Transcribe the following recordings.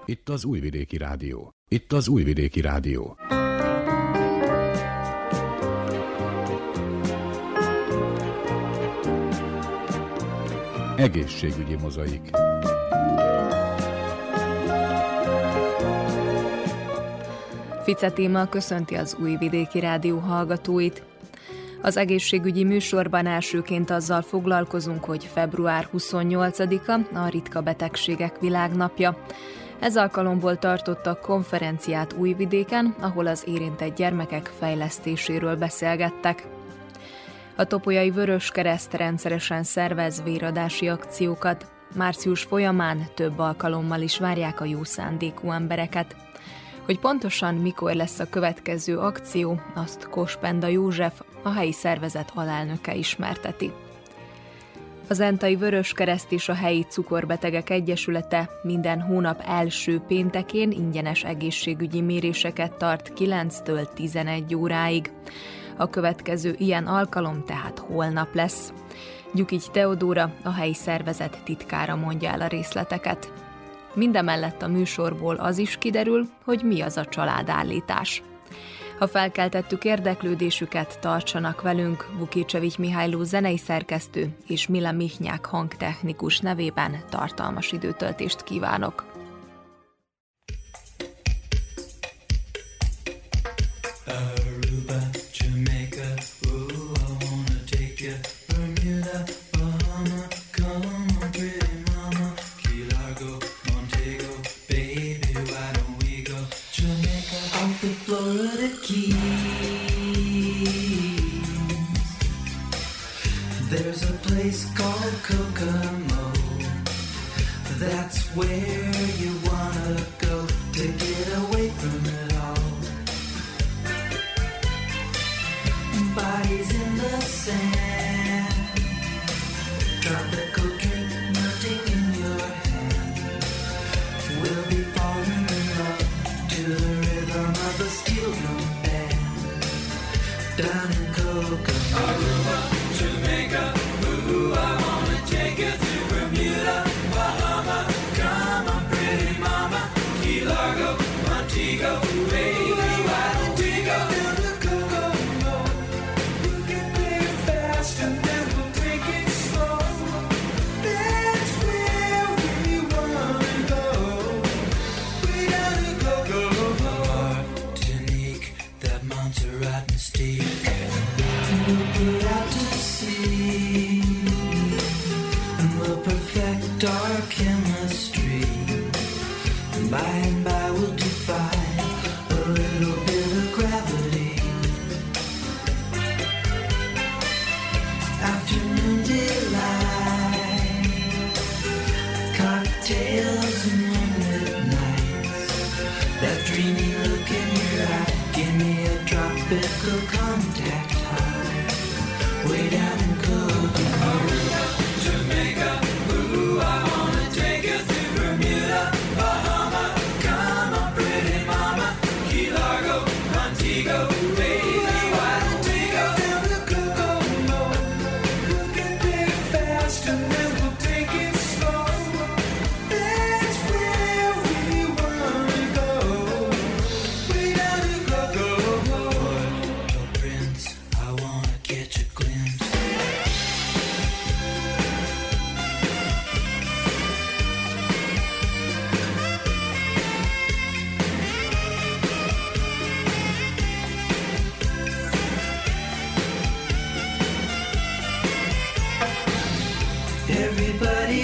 Itt az Újvidéki Rádió. Itt az Újvidéki Rádió. Egészségügyi mozaik. Fice Téma köszönti az Újvidéki Rádió hallgatóit. Az egészségügyi műsorban elsőként azzal foglalkozunk, hogy február 28-a a ritka betegségek világnapja. Ez alkalomból tartottak konferenciát Újvidéken, ahol az érintett gyermekek fejlesztéséről beszélgettek. A Topolyai Vöröskereszt rendszeresen szervez véradási akciókat. Március folyamán több alkalommal is várják a jó szándékú embereket. Hogy pontosan mikor lesz a következő akció, azt Kospenda József, a helyi szervezet alelnöke ismerteti. Az Zentai Vöröskereszt és a helyi Cukorbetegek Egyesülete minden hónap első péntekén ingyenes egészségügyi méréseket tart 9-től 11 óráig. A következő ilyen alkalom tehát holnap lesz. Gyukics Teodóra, a helyi szervezet titkára mondja el a részleteket. Mindemellett a műsorból az is kiderül, hogy mi az a családállítás. Ha felkeltettük érdeklődésüket, tartsanak velünk, Vukicevics Mihályló zenei szerkesztő és Mila Michnyák hangtechnikus nevében tartalmas időtöltést kívánok. There's a place called Kokomo. That's where you wanna go to get away from it all. Bodies in the sand, tropical drink melting in your hand. We'll be falling in love to the rhythm of a steel drum band. Down in Kokomo, Aruba, Jamaica, ooh, I wanna take you to Bermuda, Bahama. Come on, pretty mama, Key Largo, Montego, baby, why don't we go down to Kokomo? We'll get there fast and then we'll take it slow. That's where we wanna go. Way down to Kokomo. Martinique, that Montserrat mystique. We'll put out to sea, and we'll perfect our chemistry. And by we'll defy a little bit of gravity. Afternoon delight, cocktails and moonlit nights. That dreamy look in your eye, give me a tropical contact high. Way down in Kokomo, Jamaica, ooh, I wanna take you to Bermuda, Bahama. Come on, pretty mama, Key Largo, Montego, baby, why don't we go down to Kokomo? We'll get there fast and then we'll take it slow. That's where we wanna go. Way down to Kokomo. Prince, I wanna catch a glimpse. Everybody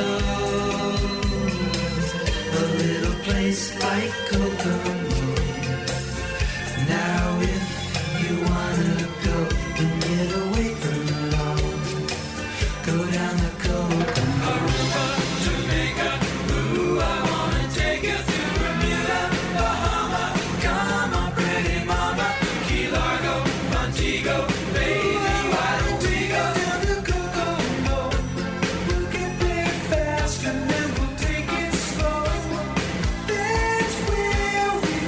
knows a little place like Kokomo. Now if you wanna go and get away from it all, go down the Kokomo. Aruba, Jamaica, ooh, I wanna take you to Bermuda, Bahama. Come on, pretty mama, Key Largo, Montego, baby, why don't we go down to Kokomo? We'll get there fast and then we'll take it slow. That's where we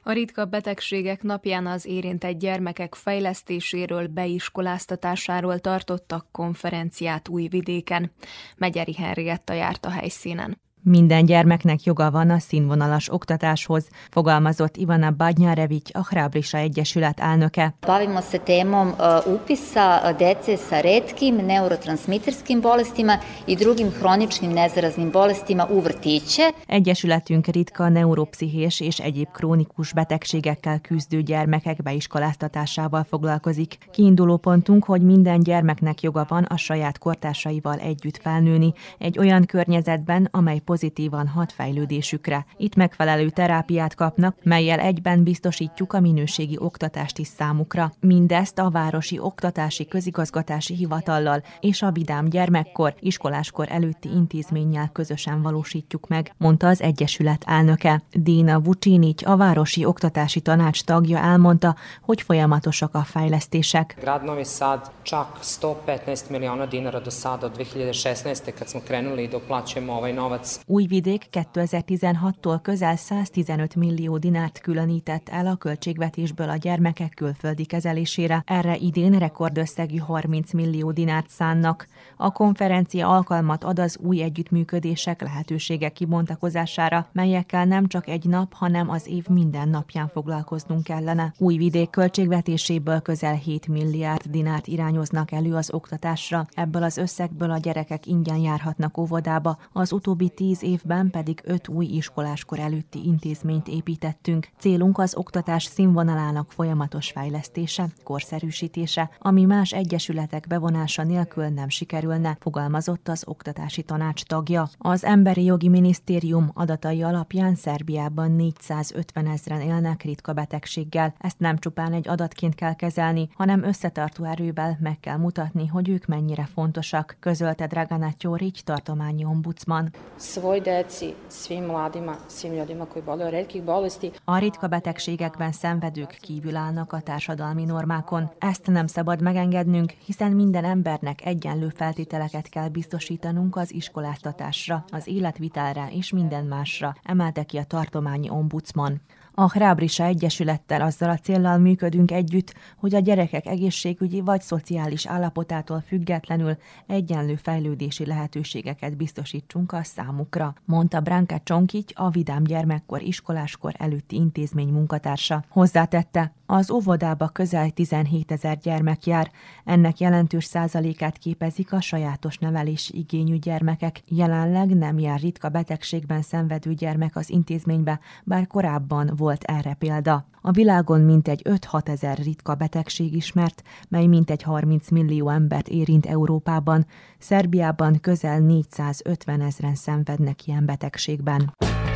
A ritka betegségek napján az érintett gyermekek fejlesztéséről, beiskoláztatásáról tartottak konferenciát Újvidéken. Megyeri Henrietta járt a helyszínen. Minden gyermeknek joga van a színvonalas oktatáshoz, fogalmazott Ivana Badnjarević, a Hrabrisa Egyesület elnöke. Bavimo se temom upisa dece sa retkim neurotransmiterskim bolestima i drugim hroničnim nezaraznim bolestima u vrtiće. Egyesületünk ritka neuropszichés és egyéb krónikus betegségekkel küzdő gyermekek beiskoláztatásával foglalkozik. Kiinduló pontunk, hogy minden gyermeknek joga van a saját kortársaival együtt felnőni, egy olyan környezetben, amely pozitívan hat fejlődésükre. Itt megfelelő terápiát kapnak, mellyel egyben biztosítjuk a minőségi oktatást is számukra. Mindezt a Városi Oktatási Közigazgatási Hivatallal és a Vidám Gyermekkor, iskoláskor előtti intézménnyel közösen valósítjuk meg, mondta az Egyesület elnöke. Dina Vucinic, a Városi Oktatási Tanács tagja elmondta, hogy folyamatosak a fejlesztések. Grad Novi Sad čak 115 miliona dinara do sada od 2016. kad smo krenuli da uplaćujemo ovaj novac. Újvidék 2016-tól közel 115 millió dinárt különített el a költségvetésből a gyermekek külföldi kezelésére. Erre idén rekordösszegű 30 millió dinárt szánnak. A konferencia alkalmat ad az új együttműködések, lehetőségek kibontakozására, melyekkel nem csak egy nap, hanem az év minden napján foglalkoznunk kellene. Újvidék költségvetéséből közel 7 milliárd dinárt irányoznak elő az oktatásra. Ebből az összegből a gyerekek ingyen járhatnak óvodába, az utóbbi 10 évben pedig 5 új iskoláskor előtti intézményt építettünk. Célunk az oktatás színvonalának folyamatos fejlesztése, korszerűsítése, ami más egyesületek bevonása nélkül nem sikerülne, fogalmazott az Oktatási Tanács tagja. Az Emberi Jogi Minisztérium adatai alapján Szerbiában 450 000 élnek ritka betegséggel. Ezt nem csupán egy adatként kell kezelni, hanem összetartó erővel meg kell mutatni, hogy ők mennyire fontosak, közölte Dragana Ćorić, tartományi ombudsman. Svoj deci, svim mladima, svim ljudima koji boluju od retkih bolesti. A ritka betegségekben szenvedők kívül állnak a társadalmi normákon. Ezt nem szabad megengednünk, hiszen minden embernek egyenlő feltételeket kell biztosítanunk az iskoláztatásra, az életvitelre és minden másra, emelte ki a tartományi ombudsman. A Hrabrisa Egyesülettel azzal a céllal működünk együtt, hogy a gyerekek egészségügyi vagy szociális állapotától függetlenül egyenlő fejlődési lehetőségeket biztosítsunk a számukra, mondta Branka Csonkić, a Vidám Gyermekkor iskoláskor előtti intézmény munkatársa. Hozzátette, az óvodába közel 17 000 gyermek jár, ennek jelentős százalékát képezik a sajátos nevelési igényű gyermekek. Jelenleg nem jár ritka betegségben szenvedő gyermek az intézménybe, bár korábban volt erre példa. A világon mintegy 5-6 000 ritka betegség ismert, mely mintegy 30 millió embert érint Európában. Szerbiában közel 450 000 szenvednek ilyen betegségben.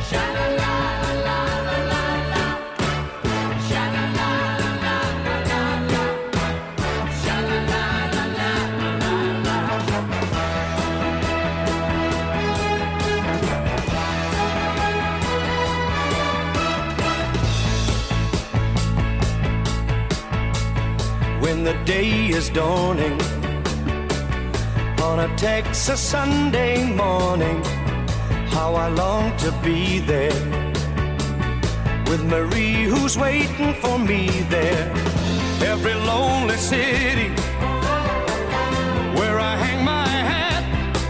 When the day is dawning on a Texas Sunday morning, how I long to be there with Marie who's waiting for me there. Every lonely city where I hang my hat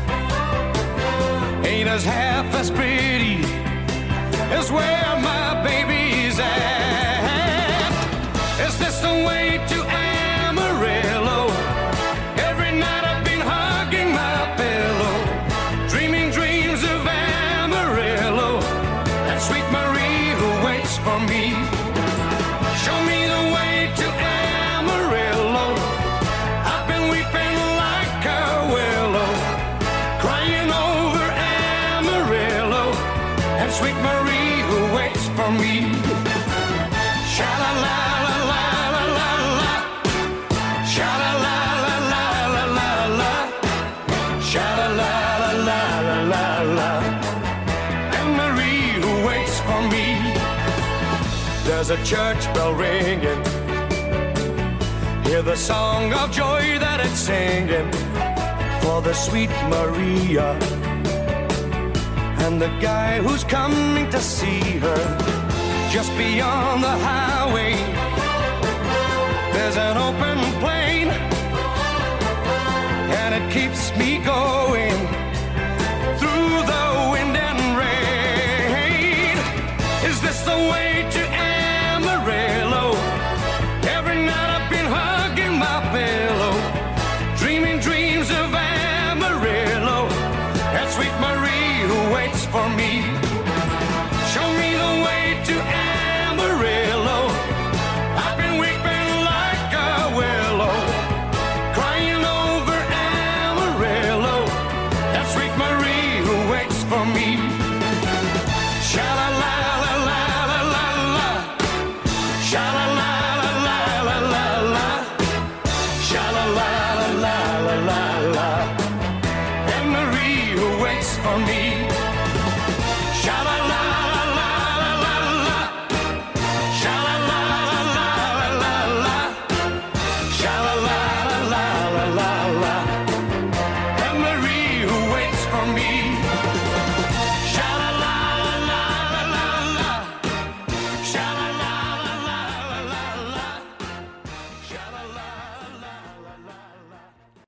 ain't as half as pretty as where my baby's at. Is this the way to Amarillo? Every night I've been hugging my pillow, dreaming dreams of Amarillo, that sweet Marie who waits for me. Show me the way to Amarillo. I've been weeping like a willow, crying over Amarillo, and sweet Marie who waits for me. Sha-la-la. There's a church bell ringing, hear the song of joy that it's singing for the sweet Maria and the guy who's coming to see her. Just beyond the highway, there's an open plain, and it keeps me going through the wind and rain. Is this the way to Amarillo? Every night I've been hugging my pillow, dreaming dreams of Amarillo, and sweet Marie who waits for me. Show me the way to Amarillo. I've been weeping like a willow, crying over Amarillo, that sweet Marie who waits for me. Sha-la-la-la-la-la-la-la, sha-la-la-la-la-la-la-la, sha-la-la-la-la-la-la, and Marie who waits for me. Sha-la-la-la-la-la-la, sha-la-la-la-la-la-la, sha-la-la-la-la-la-la, and Marie who waits for me. Sha-la-la-la-la-la-la, sha-la-la-la-la-la-la, sha-la-la-la-la-la-la.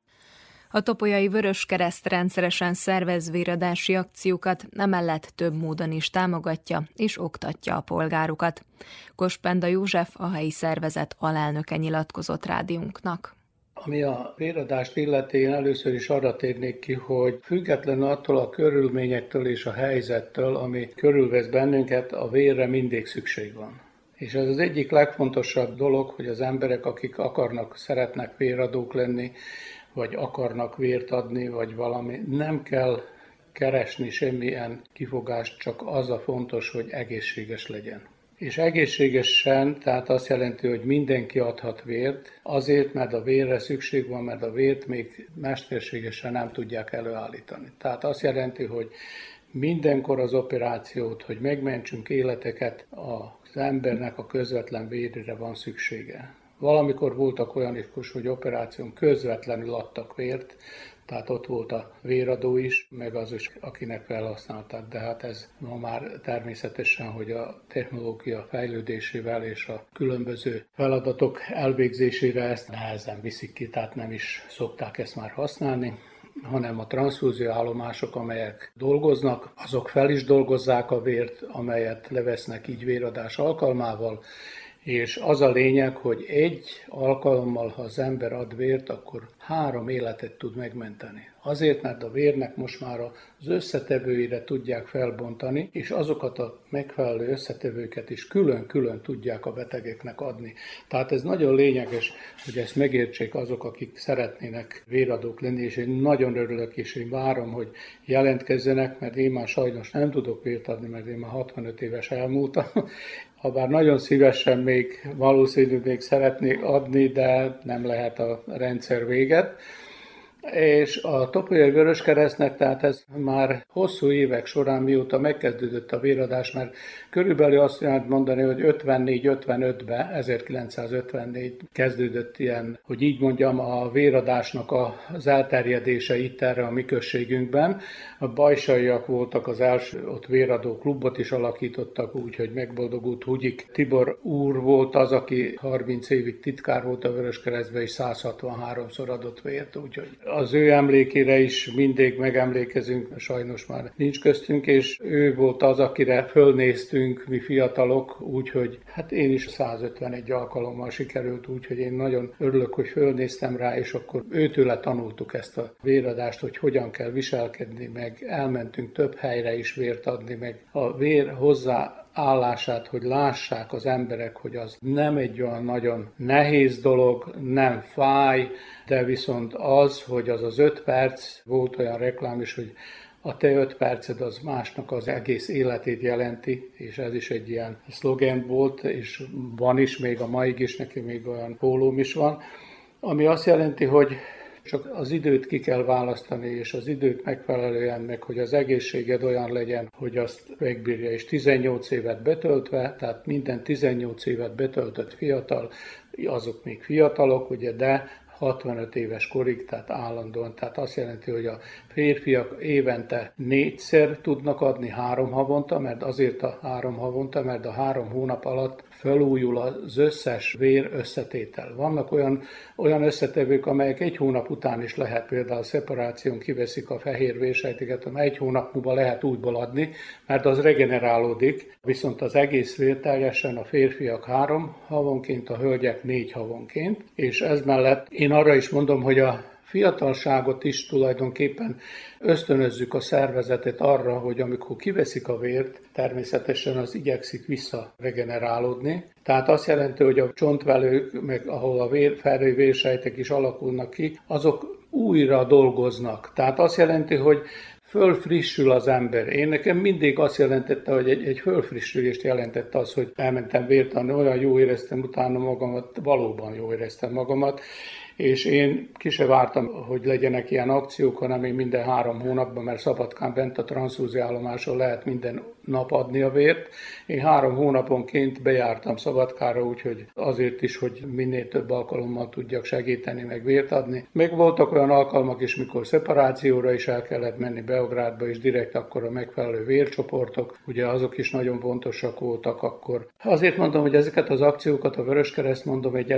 A Topolyai Vöröskereszt rendszeresen szervez véradási akciókat, emellett több módon is támogatja és oktatja a polgárokat. Kospenda József, a helyi szervezet alelnöke nyilatkozott rádiónknak. Ami a véradást illeti, én először is arra térnék ki, hogy függetlenül attól a körülményektől és a helyzettől, ami körülvesz bennünket, a vérre mindig szükség van. És ez az egyik legfontosabb dolog, hogy az emberek, akik akarnak, szeretnek véradók lenni, vagy akarnak vért adni, vagy valami, nem kell keresni semmilyen kifogást, csak az a fontos, hogy egészséges legyen. És egészségesen, tehát azt jelenti, hogy mindenki adhat vért, azért, mert a vérre szükség van, mert a vért még mesterségesen nem tudják előállítani. Tehát azt jelenti, hogy mindenkor az operációt, hogy megmentsünk életeket, az embernek a közvetlen vérére van szüksége. Valamikor voltak olyan is, hogy operáción közvetlenül adtak vért, tehát ott volt a véradó is, meg az is, akinek felhasználták. De hát ez ma már természetesen, hogy a technológia fejlődésével és a különböző feladatok elvégzésére ezt nehezen viszik ki, tehát nem is szokták ezt már használni, hanem a transfúzióállomások, amelyek dolgoznak, azok fel is dolgozzák a vért, amelyet levesznek így véradás alkalmával, és az a lényeg, hogy egy alkalommal, ha az ember ad vért, akkor 3 életet tud megmenteni. Azért, mert a vérnek most már az összetevőire tudják felbontani, és azokat a megfelelő összetevőket is külön-külön tudják a betegeknek adni. Tehát ez nagyon lényeges, hogy ezt megértsék azok, akik szeretnének véradók lenni, és én nagyon örülök, és én várom, hogy jelentkezzenek, mert én már sajnos nem tudok vért adni, mert én már 65 éves elmúltam. Habár nagyon szívesen még valószínűleg még szeretnék adni, de nem lehet a rendszer véget. És a Topolyai Vöröskeresztnek, tehát ez már hosszú évek során, mióta megkezdődött a véradás, mert körülbelül azt lehet mondani, hogy 54-55-ben, 1954 kezdődött ilyen, hogy így mondjam, a véradásnak az elterjedése itt erre a mi községünkben. A bajsaiak voltak az első, ott véradó klubot is alakítottak úgy, hogy megboldogult Hugyi Tibor úr volt az, aki 30 évig titkár volt a Vöröskeresztben, és 163-szor adott vért, úgyhogy az ő emlékére is mindig megemlékezünk, sajnos már nincs köztünk, és ő volt az, akire fölnéztünk mi fiatalok, úgyhogy hát én is 151 alkalommal sikerült, úgyhogy én nagyon örülök, hogy fölnéztem rá, és akkor őtőle tanultuk ezt a véradást, hogy hogyan kell viselkedni, meg elmentünk több helyre is vért adni, meg a vér hozzáállását, hogy lássák az emberek, hogy az nem egy olyan nagyon nehéz dolog, nem fáj, de viszont az, hogy az 5 perc, volt olyan reklám is, hogy a te 5 perced az másnak az egész életét jelenti, és ez is egy ilyen szlogen volt, és van is, még a maig is, neki még olyan pólóm is van, ami azt jelenti, hogy csak az időt ki kell választani, és az időt megfelelően meg, hogy az egészséged olyan legyen, hogy azt megbírja, és 18 évet betöltve, tehát minden 18 évet betöltött fiatal, azok még fiatalok, ugye, de 65 éves korig, tehát állandóan. Tehát azt jelenti, hogy a férfiak évente 4-szer tudnak adni 3 havonta, mert azért a 3 havonta, mert a 3 hónap alatt felújul az összes vér összetétel. Vannak olyan összetevők, amelyek 1 hónap után is lehet, például a szeparáción kiveszik a fehér vérsejteket, amely 1 hónap múlva lehet újból adni, mert az regenerálódik, viszont az egész vér teljesen a férfiak 3 havonként, a hölgyek 4 havonként, és ez mellett én arra is mondom, hogy a fiatalságot is tulajdonképpen ösztönözzük a szervezetet arra, hogy amikor kiveszik a vért, természetesen az igyekszik visszaregenerálódni. Tehát azt jelenti, hogy a csontvelők, meg ahol a felhő vérsejtek is alakulnak ki, azok újra dolgoznak. Tehát azt jelenti, hogy fölfrissül az ember. Én nekem mindig azt jelentette, hogy egy fölfrissülést jelentette az, hogy elmentem vért adni, olyan jó éreztem utána magamat, valóban jó éreztem magamat, és én ki se vártam, hogy legyenek ilyen akciók, hanem én minden 3 hónapban, mert Szabadkán bent a transzfúziállomáson lehet minden nap adni a vért. Én 3 hónaponként bejártam Szabadkára, úgyhogy azért is, hogy minél több alkalommal tudjak segíteni, meg vért adni. Még voltak olyan alkalmak is, mikor szeparációra is el kellett menni Beográdba, és direkt akkor a megfelelő vércsoportok, ugye azok is nagyon fontosak voltak akkor. Azért mondom, hogy ezeket az akciókat a Vöröskereszt, mondom, egy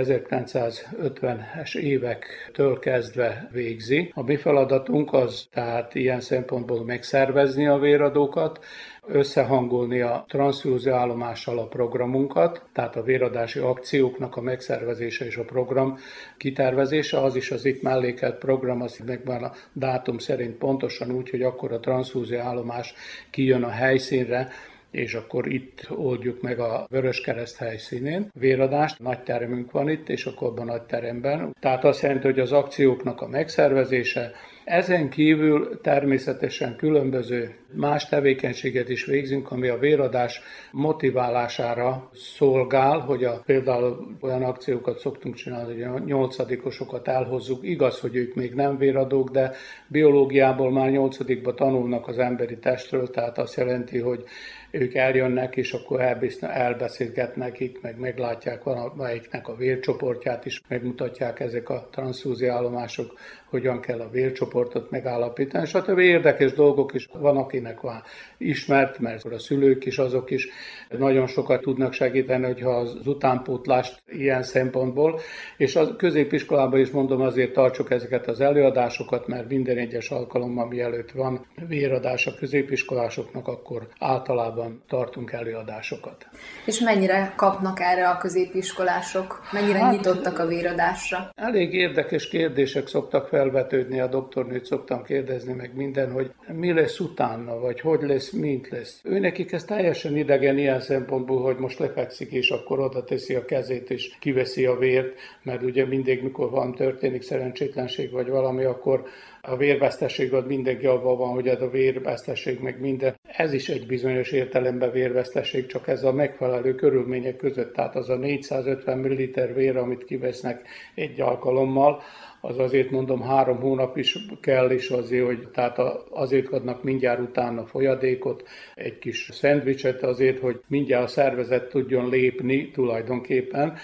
1950-es évektől kezdve végzi. A mi feladatunk az tehát ilyen szempontból megszervezni a véradókat, összehangolni a transzfúziállomással a programunkat, tehát a véradási akcióknak a megszervezése és a program kitervezése, az is az itt mellékelt program, az megvan a dátum szerint pontosan úgy, hogy akkor a transzfúziállomás kijön a helyszínre, és akkor itt oldjuk meg a Vöröskereszt helyszínén véradást. Nagy teremünk van itt, és akkor abban a nagy teremben. Tehát azt jelenti, hogy az akcióknak a megszervezése, ezen kívül természetesen különböző más tevékenységet is végzünk, ami a véradás motiválására szolgál, hogy például olyan akciókat szoktunk csinálni, hogy a 8-osokat elhozzuk. Igaz, hogy ők még nem véradók, de biológiából már 8-ba tanulnak az emberi testről, tehát azt jelenti, hogy ők eljönnek, és akkor elbeszélgetnek itt, meg meglátják valamelyiknek a vércsoportját is, megmutatják ezek a transzfúziállomások, hogyan kell a vércsoportot megállapítani, stb. Érdekes dolgok is van, akinek van ismert, mert a szülők is, azok is nagyon sokat tudnak segíteni, hogyha az utánpótlást ilyen szempontból, és a középiskolában is mondom, azért tartsuk ezeket az előadásokat, mert minden egyes alkalommal, mielőtt van véradás a középiskolásoknak, akkor általában tartunk előadásokat. És mennyire kapnak erre a középiskolások? Mennyire nyitottak a véradásra? Elég érdekes kérdések szoktak felvetődni, a doktornőt szoktam kérdezni meg minden, hogy mi lesz utána, vagy hogy lesz, mint lesz. Őnekik ez teljesen idegen ilyen szempontból, hogy most lefekszik, és akkor oda teszi a kezét, és kiveszi a vért, mert ugye mindig, mikor történik szerencsétlenség, vagy valami, akkor a vérvesztesség az mindenki abban van, hogy ez a vérvesztesség meg minden. Ez is egy bizonyos értelemben vérvesztesség, csak ez a megfelelő körülmények között. Tehát az a 450 ml vér, amit kivesznek egy alkalommal, az azért mondom 3 hónap is kell, és azért, hogy tehát azért adnak mindjárt utána folyadékot, egy kis szendvicset azért, hogy mindjárt a szervezet tudjon lépni tulajdonképpen.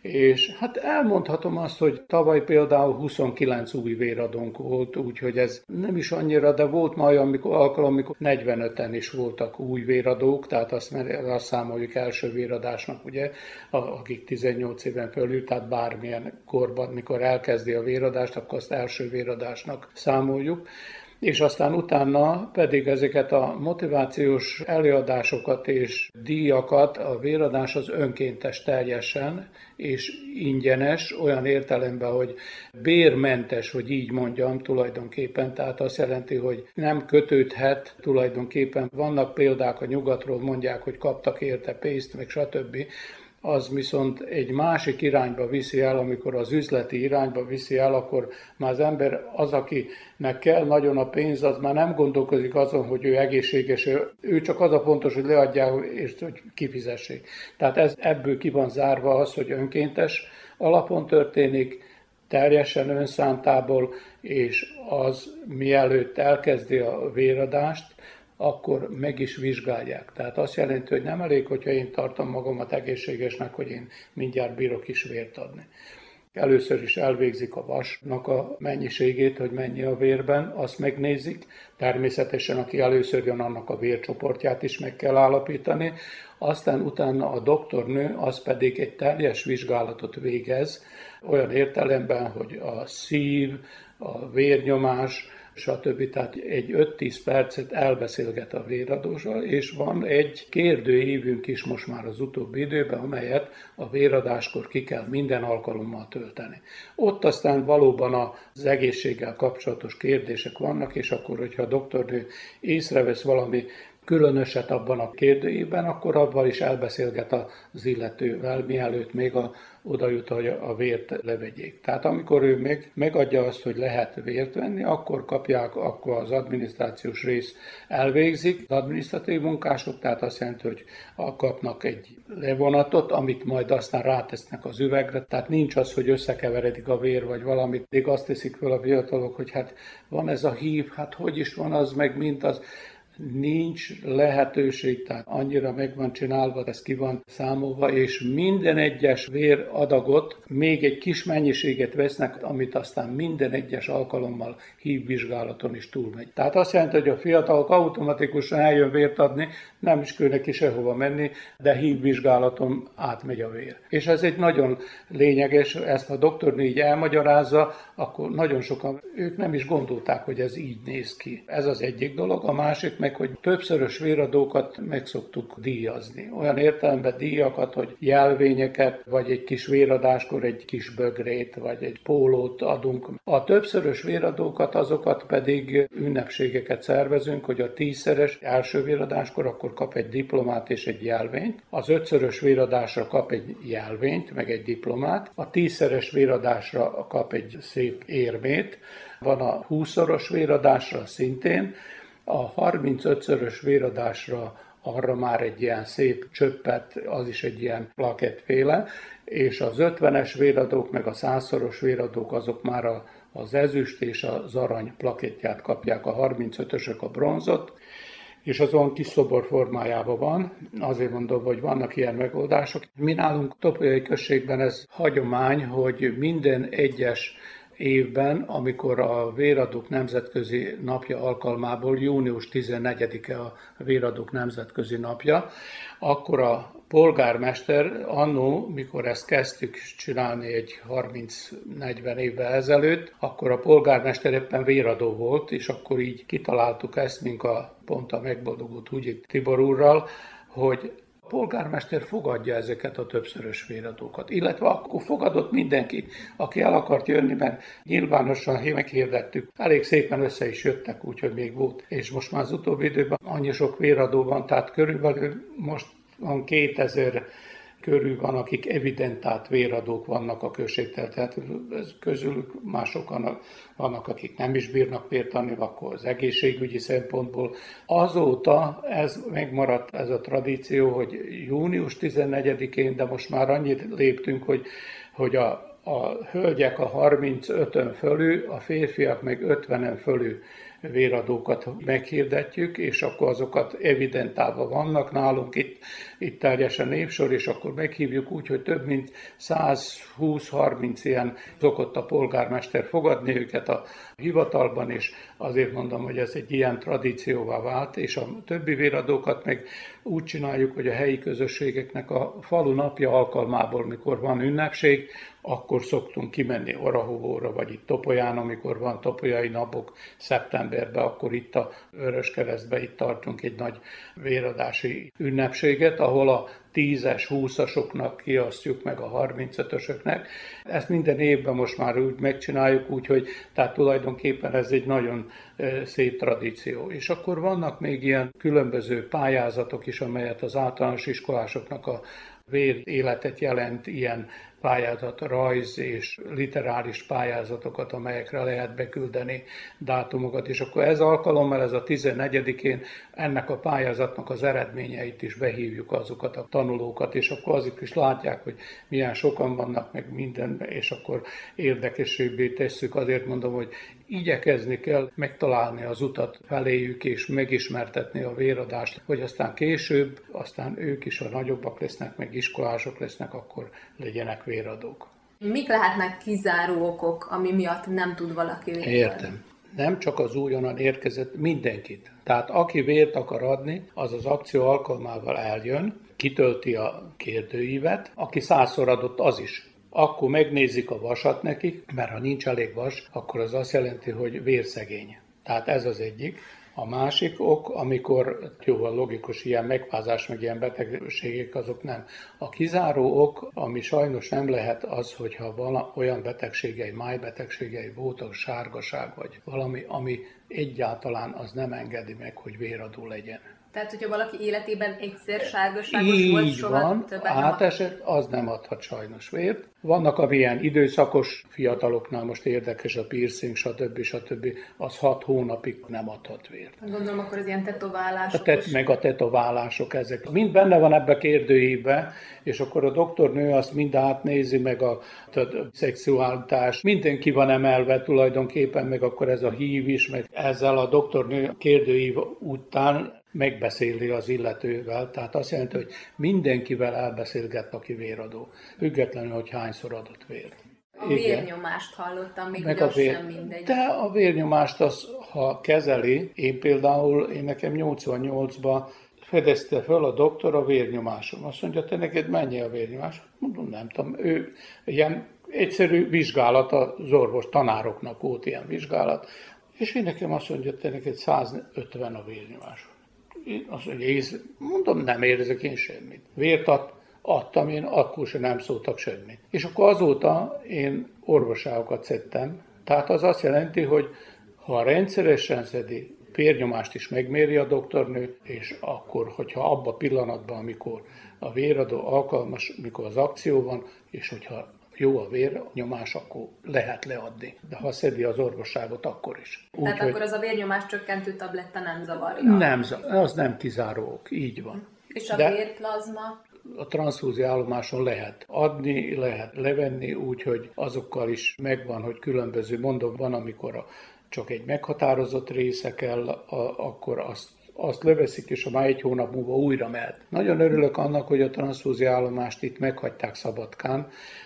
És hát elmondhatom azt, hogy tavaly például 29 új véradónk volt, úgyhogy ez nem is annyira, de volt ma olyan alkalom, amikor 45-en is voltak új véradók, tehát azt számoljuk első véradásnak, ugye, akik 18 éven fölül, tehát bármilyen korban, mikor elkezdi a véradást, akkor azt első véradásnak számoljuk. És aztán utána pedig ezeket a motivációs előadásokat és díjakat, a véradás az önkéntes teljesen, és ingyenes, olyan értelemben, hogy bérmentes, hogy így mondjam tulajdonképpen, tehát azt jelenti, hogy nem kötődhet tulajdonképpen. Vannak példák a nyugatról, mondják, hogy kaptak érte pénzt, meg stb. Az viszont egy másik irányba viszi el, amikor az üzleti irányba viszi el, akkor már az ember az, akinek kell nagyon a pénz, az már nem gondolkozik azon, hogy ő egészséges, ő csak az a fontos, hogy leadják és hogy kifizessék. Tehát ebből ki van zárva az, hogy önkéntes alapon történik, teljesen önszántából, és az mielőtt elkezdi a véradást, akkor meg is vizsgálják. Tehát azt jelenti, hogy nem elég, hogyha én tartom magamat egészségesnek, hogy én mindjárt bírok is vért adni. Először is elvégzik a vasnak a mennyiségét, hogy mennyi a vérben, azt megnézik. Természetesen, aki először jön, annak a vércsoportját is meg kell állapítani. Aztán utána a doktornő az pedig egy teljes vizsgálatot végez, olyan értelemben, hogy a szív, a vérnyomás, stb. Tehát egy 5-10 percet elbeszélget a véradósról, és van egy kérdőívünk is most már az utóbbi időben, amelyet a véradáskor ki kell minden alkalommal tölteni. Ott aztán valóban az egészséggel kapcsolatos kérdések vannak, és akkor, hogyha a doktornő észrevesz valami különöset abban a kérdőjében, akkor abban is elbeszélget az illetővel, mielőtt még oda jut, hogy a vért levegyék. Tehát amikor ő megadja azt, hogy lehet vért venni, akkor akkor az adminisztrációs rész elvégzik. Az adminisztratív munkások, tehát azt jelenti, hogy kapnak egy levonatot, amit majd aztán rátesznek az üvegre. Tehát nincs az, hogy összekeveredik a vér, vagy valamit. Még azt teszik fel a fiatalok, hogy hát van ez a hív, hát hogy is van az, meg mint az. Nincs lehetőség, tehát annyira meg van csinálva, ez ki van számolva, és minden egyes véradagot még egy kis mennyiséget vesznek, amit aztán minden egyes alkalommal hívvizsgálaton is túlmegy. Tehát azt jelenti, hogy a fiatalok automatikusan eljön vért adni, nem is kell neki sehova menni, de hívvizsgálaton átmegy a vér. És ez egy nagyon lényeges, ezt a doktornő így elmagyarázza, akkor nagyon sokan, ők nem is gondolták, hogy ez így néz ki. Ez az egyik dolog, a másik meg, hogy többszörös véradókat meg szoktuk díjazni. Olyan értelemben díjakat, hogy jelvényeket, vagy egy kis véradáskor egy kis bögrét, vagy egy pólót adunk. A többszörös véradókat, azokat pedig ünnepségeket szervezünk, hogy a 10-szeres első véradáskor akkor kap egy diplomát és egy jelvényt. Az 5-szörös véradásra kap egy jelvényt, meg egy diplomát. A 10-szeres véradásra kap egy szép érmét. Van a 20-szoros véradásra szintén. A 35-szörös véradásra arra már egy ilyen szép csöppet, az is egy ilyen plakettféle, és az 50-es véradók meg a 100-szoros véradók azok már az ezüst és az arany plakettját kapják, a 35-ösök a bronzot, és az olyan kis szobor formájában van, azért mondom, hogy vannak ilyen megoldások. Mi nálunk Topolyai községben ez hagyomány, hogy minden egyes évben, amikor a Véradók Nemzetközi Napja alkalmából, június 14-e a Véradók Nemzetközi Napja, akkor a polgármester annó, mikor ezt kezdtük csinálni egy 30-40 évvel ezelőtt, akkor a polgármester éppen véradó volt, és akkor így kitaláltuk ezt, mint pont a megboldogult Húgyik Tibor úrral, hogy a polgármester fogadja ezeket a többszörös véradókat, illetve akkor fogadott mindenki, aki el akart jönni, mert nyilvánosan meghirdettük. Elég szépen össze is jöttek, úgyhogy még volt. És most már az utóbbi időben annyi sok véradó van, tehát körülbelül most van 2000 körül van, akik evidentált véradók vannak a községtel, tehát közülük már sokan vannak, akik nem is bírnak vért adni, akkor az egészségügyi szempontból. Azóta ez megmaradt ez a tradíció, hogy június 14-én, de most már annyit léptünk, hogy a hölgyek a 35-ön fölül, a férfiak meg 50-en fölül véradókat meghirdetjük, és akkor azokat evidentálva vannak nálunk, itt teljesen névsor, és akkor meghívjuk úgy, hogy több mint 120-30 ilyen szokott a polgármester fogadni őket a hivatalban, és azért mondom, hogy ez egy ilyen tradícióvá vált, és a többi véradókat meg úgy csináljuk, hogy a helyi közösségeknek a falu napja alkalmából, mikor van ünnepség, akkor szoktunk kimenni Orahovóra, vagy itt Topolyán, amikor van topolyai napok szeptemberben, akkor itt a Vöröskeresztben itt tartunk egy nagy véradási ünnepséget, ahol a 10-es, 20-asoknak kiasztjuk meg a 35-ösöknek. Ezt minden évben most már úgy megcsináljuk, úgyhogy tehát tulajdonképpen ez egy nagyon szép tradíció. És akkor vannak még ilyen különböző pályázatok is, amelyet az általános iskolásoknak a vér életet jelent, ilyen pályázat, rajz és literáris pályázatokat, amelyekre lehet beküldeni dátumokat, és akkor ez alkalommal, ez a 14-én ennek a pályázatnak az eredményeit is behívjuk, azokat a tanulókat, és akkor azok is látják, hogy milyen sokan vannak, meg minden, és akkor érdekesebbé tesszük. Azért mondom, hogy igyekezni kell megtalálni az utat feléjük, és megismertetni a véradást, hogy aztán később, aztán ők is, a nagyobbak lesznek, meg iskolások lesznek, akkor legyenek véradók. Mik lehetnek kizáró okok, ami miatt nem tud valaki vért adni? Értem. Nem csak az újonnan érkezett, mindenkit. Tehát aki vért akar adni, az az akció alkalmával eljön, kitölti a kérdőívet, aki 100-szor adott, az is. Akkor megnézik a vasat nekik, mert ha nincs elég vas, akkor az azt jelenti, hogy vérszegény. Tehát ez az egyik. A másik ok, amikor jóval logikus ilyen megfázás, meg ilyen betegségek, azok nem. A kizáró ok, ami sajnos nem lehet az, hogyha van olyan betegségei, májbetegségei, voltak, sárgaság vagy valami, ami egyáltalán az nem engedi meg, hogy véradó legyen. Tehát, hogyha valaki életében egyszer sárgaságos volt, soha többet nem átesett, az nem adhat sajnos vért. Vannak amilyen időszakos fiataloknál, most érdekes a piercing, stb. Az 6 hónapig nem adhat vért. Gondolom, akkor az ilyen tetoválások meg a tetoválások, ezek mind benne van ebbe a kérdőívbe, és akkor a doktornő azt mind átnézi, meg a szexualitás, mindenki van emelve tulajdonképpen, meg akkor ez a HIV is, meg ezzel a doktornő kérdőív után megbeszéli az illetővel, tehát azt jelenti, hogy mindenkivel elbeszélget, aki véradó, függetlenül, hogy hányszor adott vért. A vérnyomást hallottam, még meg hogy sem mindegy. De a vérnyomást, ha kezeli, én például, nekem 88-ban fedezte föl a doktor a vérnyomásom. Azt mondja, te neked mennyi a vérnyomás? Mondom, nem tudom. Ő ilyen egyszerű vizsgálat, az orvos tanároknak volt ilyen vizsgálat, és én nekem azt mondja, te neked 150 a vérnyomás. Én azt mondja, mondom, nem érzek én semmit. Vért adtam én, akkor sem nem szóltak semmit. És akkor azóta én orvoságokat szedtem. Tehát az azt jelenti, hogy ha rendszeresen szedi, vérnyomást is megméri a doktornő, és akkor, hogyha abban a pillanatban, amikor a véradó alkalmas, mikor az akció van, és hogyha jó a vérnyomás, akkor lehet leadni. De ha szedi az orvosságot, akkor is. Tehát akkor az a vérnyomás csökkentő tabletta nem zavarja? Nem, az nem kizáró, így van. És a vérplazma? A transzfúzió állomáson lehet adni, lehet levenni, úgyhogy azokkal is megvan, hogy különböző, mondom, van, amikor csak egy meghatározott része kell, akkor azt leveszik, és már 1 hónap múlva újra mehet. Nagyon örülök annak, hogy a transzfúzió állomást itt meghagyták Szabadkán,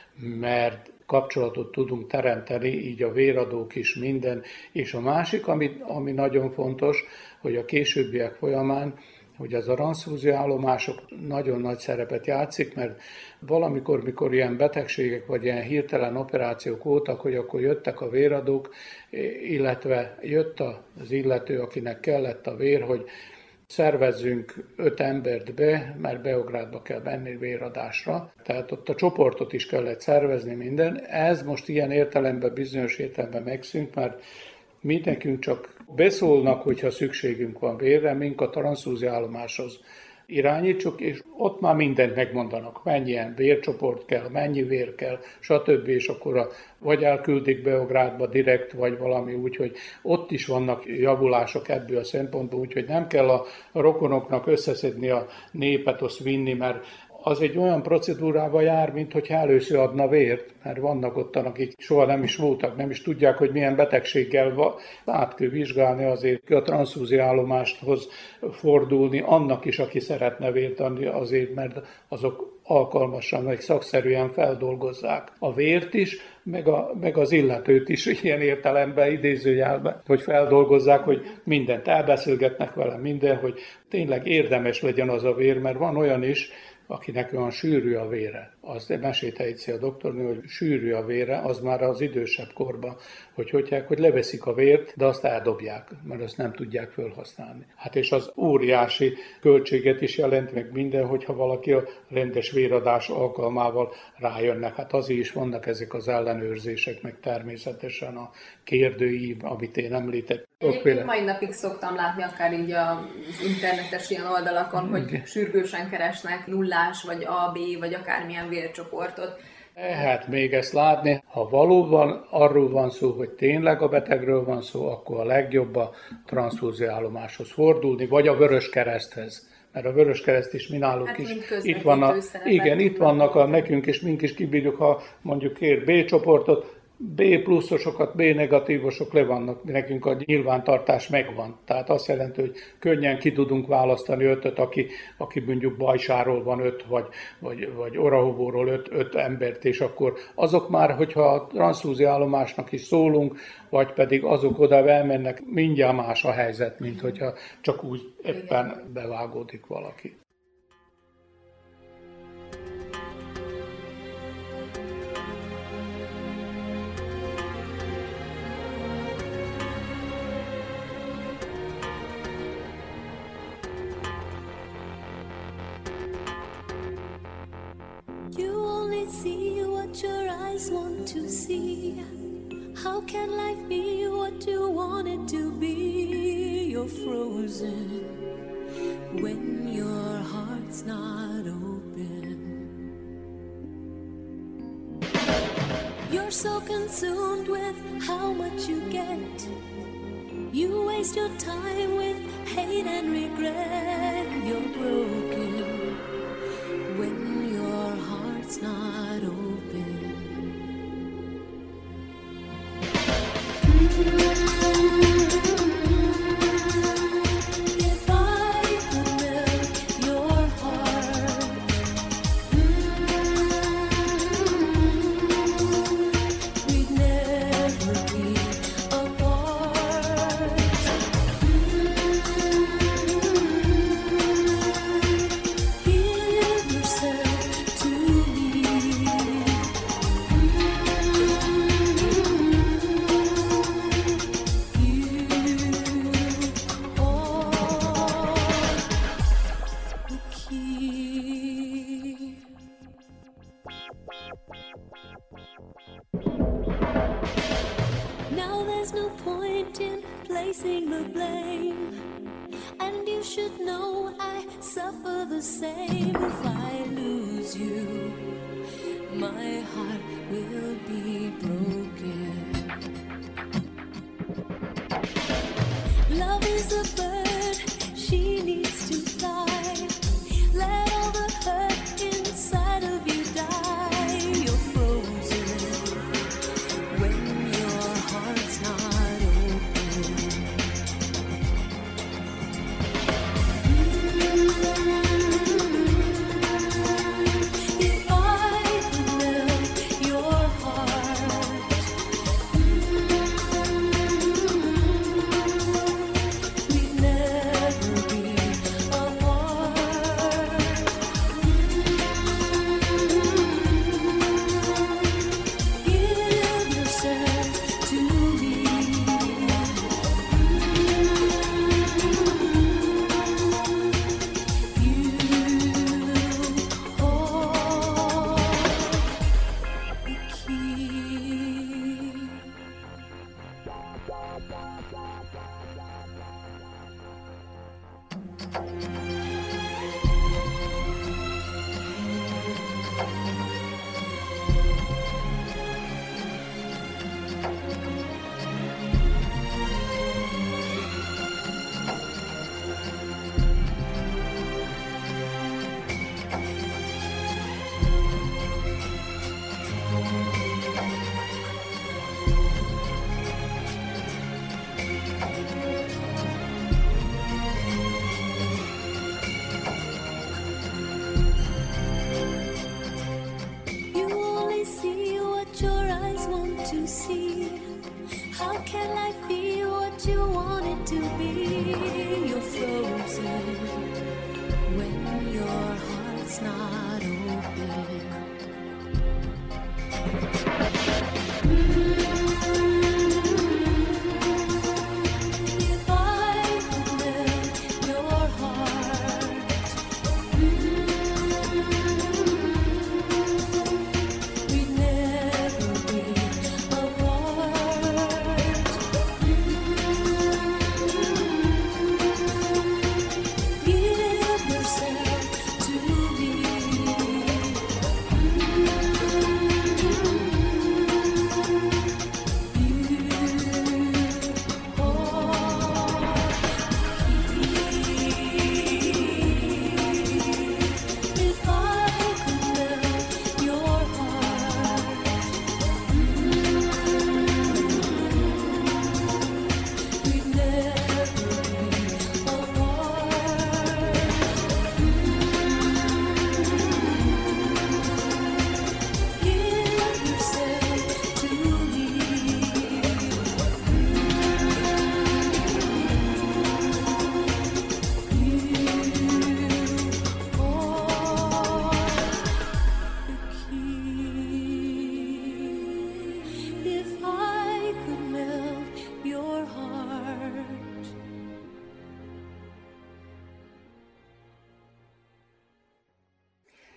mert kapcsolatot tudunk teremteni, így a véradók is minden. És a másik, ami nagyon fontos, hogy a későbbiek folyamán, hogy ez a transzfúzió állomások nagyon nagy szerepet játszik, mert valamikor, mikor ilyen betegségek vagy ilyen hirtelen operációk voltak, hogy akkor jöttek a véradók, illetve jött az illető, akinek kellett a vér, hogy szervezzünk 5 embert be, mert Beográdba kell menni véradásra. Tehát ott a csoportot is kellett szervezni minden. Ez most ilyen értelemben, bizonyos értelemben megszűnt, mert mi nekünk csak beszólnak, hogyha szükségünk van vérre, mink a transzfúzió állomáshoz irányítsuk, és ott már mindent megmondanak, mennyien vércsoport kell, mennyi vér kell, stb. És akkor vagy elküldik Beográdba direkt, vagy valami úgy, hogy ott is vannak javulások ebből a szempontból, úgyhogy nem kell a rokonoknak összeszedni a népet, azt vinni, mert az egy olyan procedúrával jár, mint hogyha először adna vért, mert vannak ottan, akik soha nem is voltak, nem is tudják, hogy milyen betegséggel át kell vizsgálni, azért a transzfúzió állomásthoz fordulni, annak is, aki szeretne vért adni, azért, mert azok alkalmasan, meg szakszerűen feldolgozzák a vért is, meg az illetőt is ilyen értelemben, idézőjelben, hogy feldolgozzák, hogy mindent elbeszélgetnek vele, minden, hogy tényleg érdemes legyen az a vér, mert van olyan is, akinek olyan sűrű a vére. Azt mesélte egyszer a doktornő, hogy sűrű a vére, az már az idősebb korban, hogy leveszik a vért, de azt eldobják, mert azt nem tudják felhasználni. Hát és az óriási költséget is jelent meg minden, hogyha valaki a rendes véradás alkalmával rájönnek. Hát azért is vannak ezek az ellenőrzések, meg természetesen a kérdőív, amit én említettem. Egyébként mai napig szoktam látni akár így az internetes ilyen oldalakon, hogy sürgősen keresnek nullás, vagy AB, vagy akármilyen vércsoportot. Hát még ezt látni, ha valóban arról van szó, hogy tényleg a betegről van szó, akkor a legjobb a transzfúzió állomáshoz fordulni, vagy a Vöröskereszthez. Mert a Vöröskereszt is mi nálunk hát, is itt vannak, nekünk is, mink is kibírjuk, ha mondjuk kér B csoportot, B pluszosokat, B negatívosok le vannak, nekünk a nyilvántartás megvan. Tehát azt jelenti, hogy könnyen ki tudunk választani 5-öt, aki mondjuk Bajsáról van 5, vagy Orahovóról 5 embert, és akkor azok már, hogyha a transzfúzió állomásnak is szólunk, vagy pedig azok oda elmennek, mindjárt más a helyzet, mint hogyha csak úgy éppen bevágódik valaki. See what your eyes want to see. How can life be what you want it to be? You're frozen when your heart's not open. You're so consumed with how much you get. You waste your time with hate and regret. You're broken when your heart's not open. If I could melt your heart, we'd never be apart. Give yourself to me. Now there's no point in placing the blame, and you should know I suffer the same. If I lose you, my heart will be broken. Love is a bird, she needs to fly. Let all the hurt inside of you die. You're frozen when your heart's not open. If I could melt your heart, we'd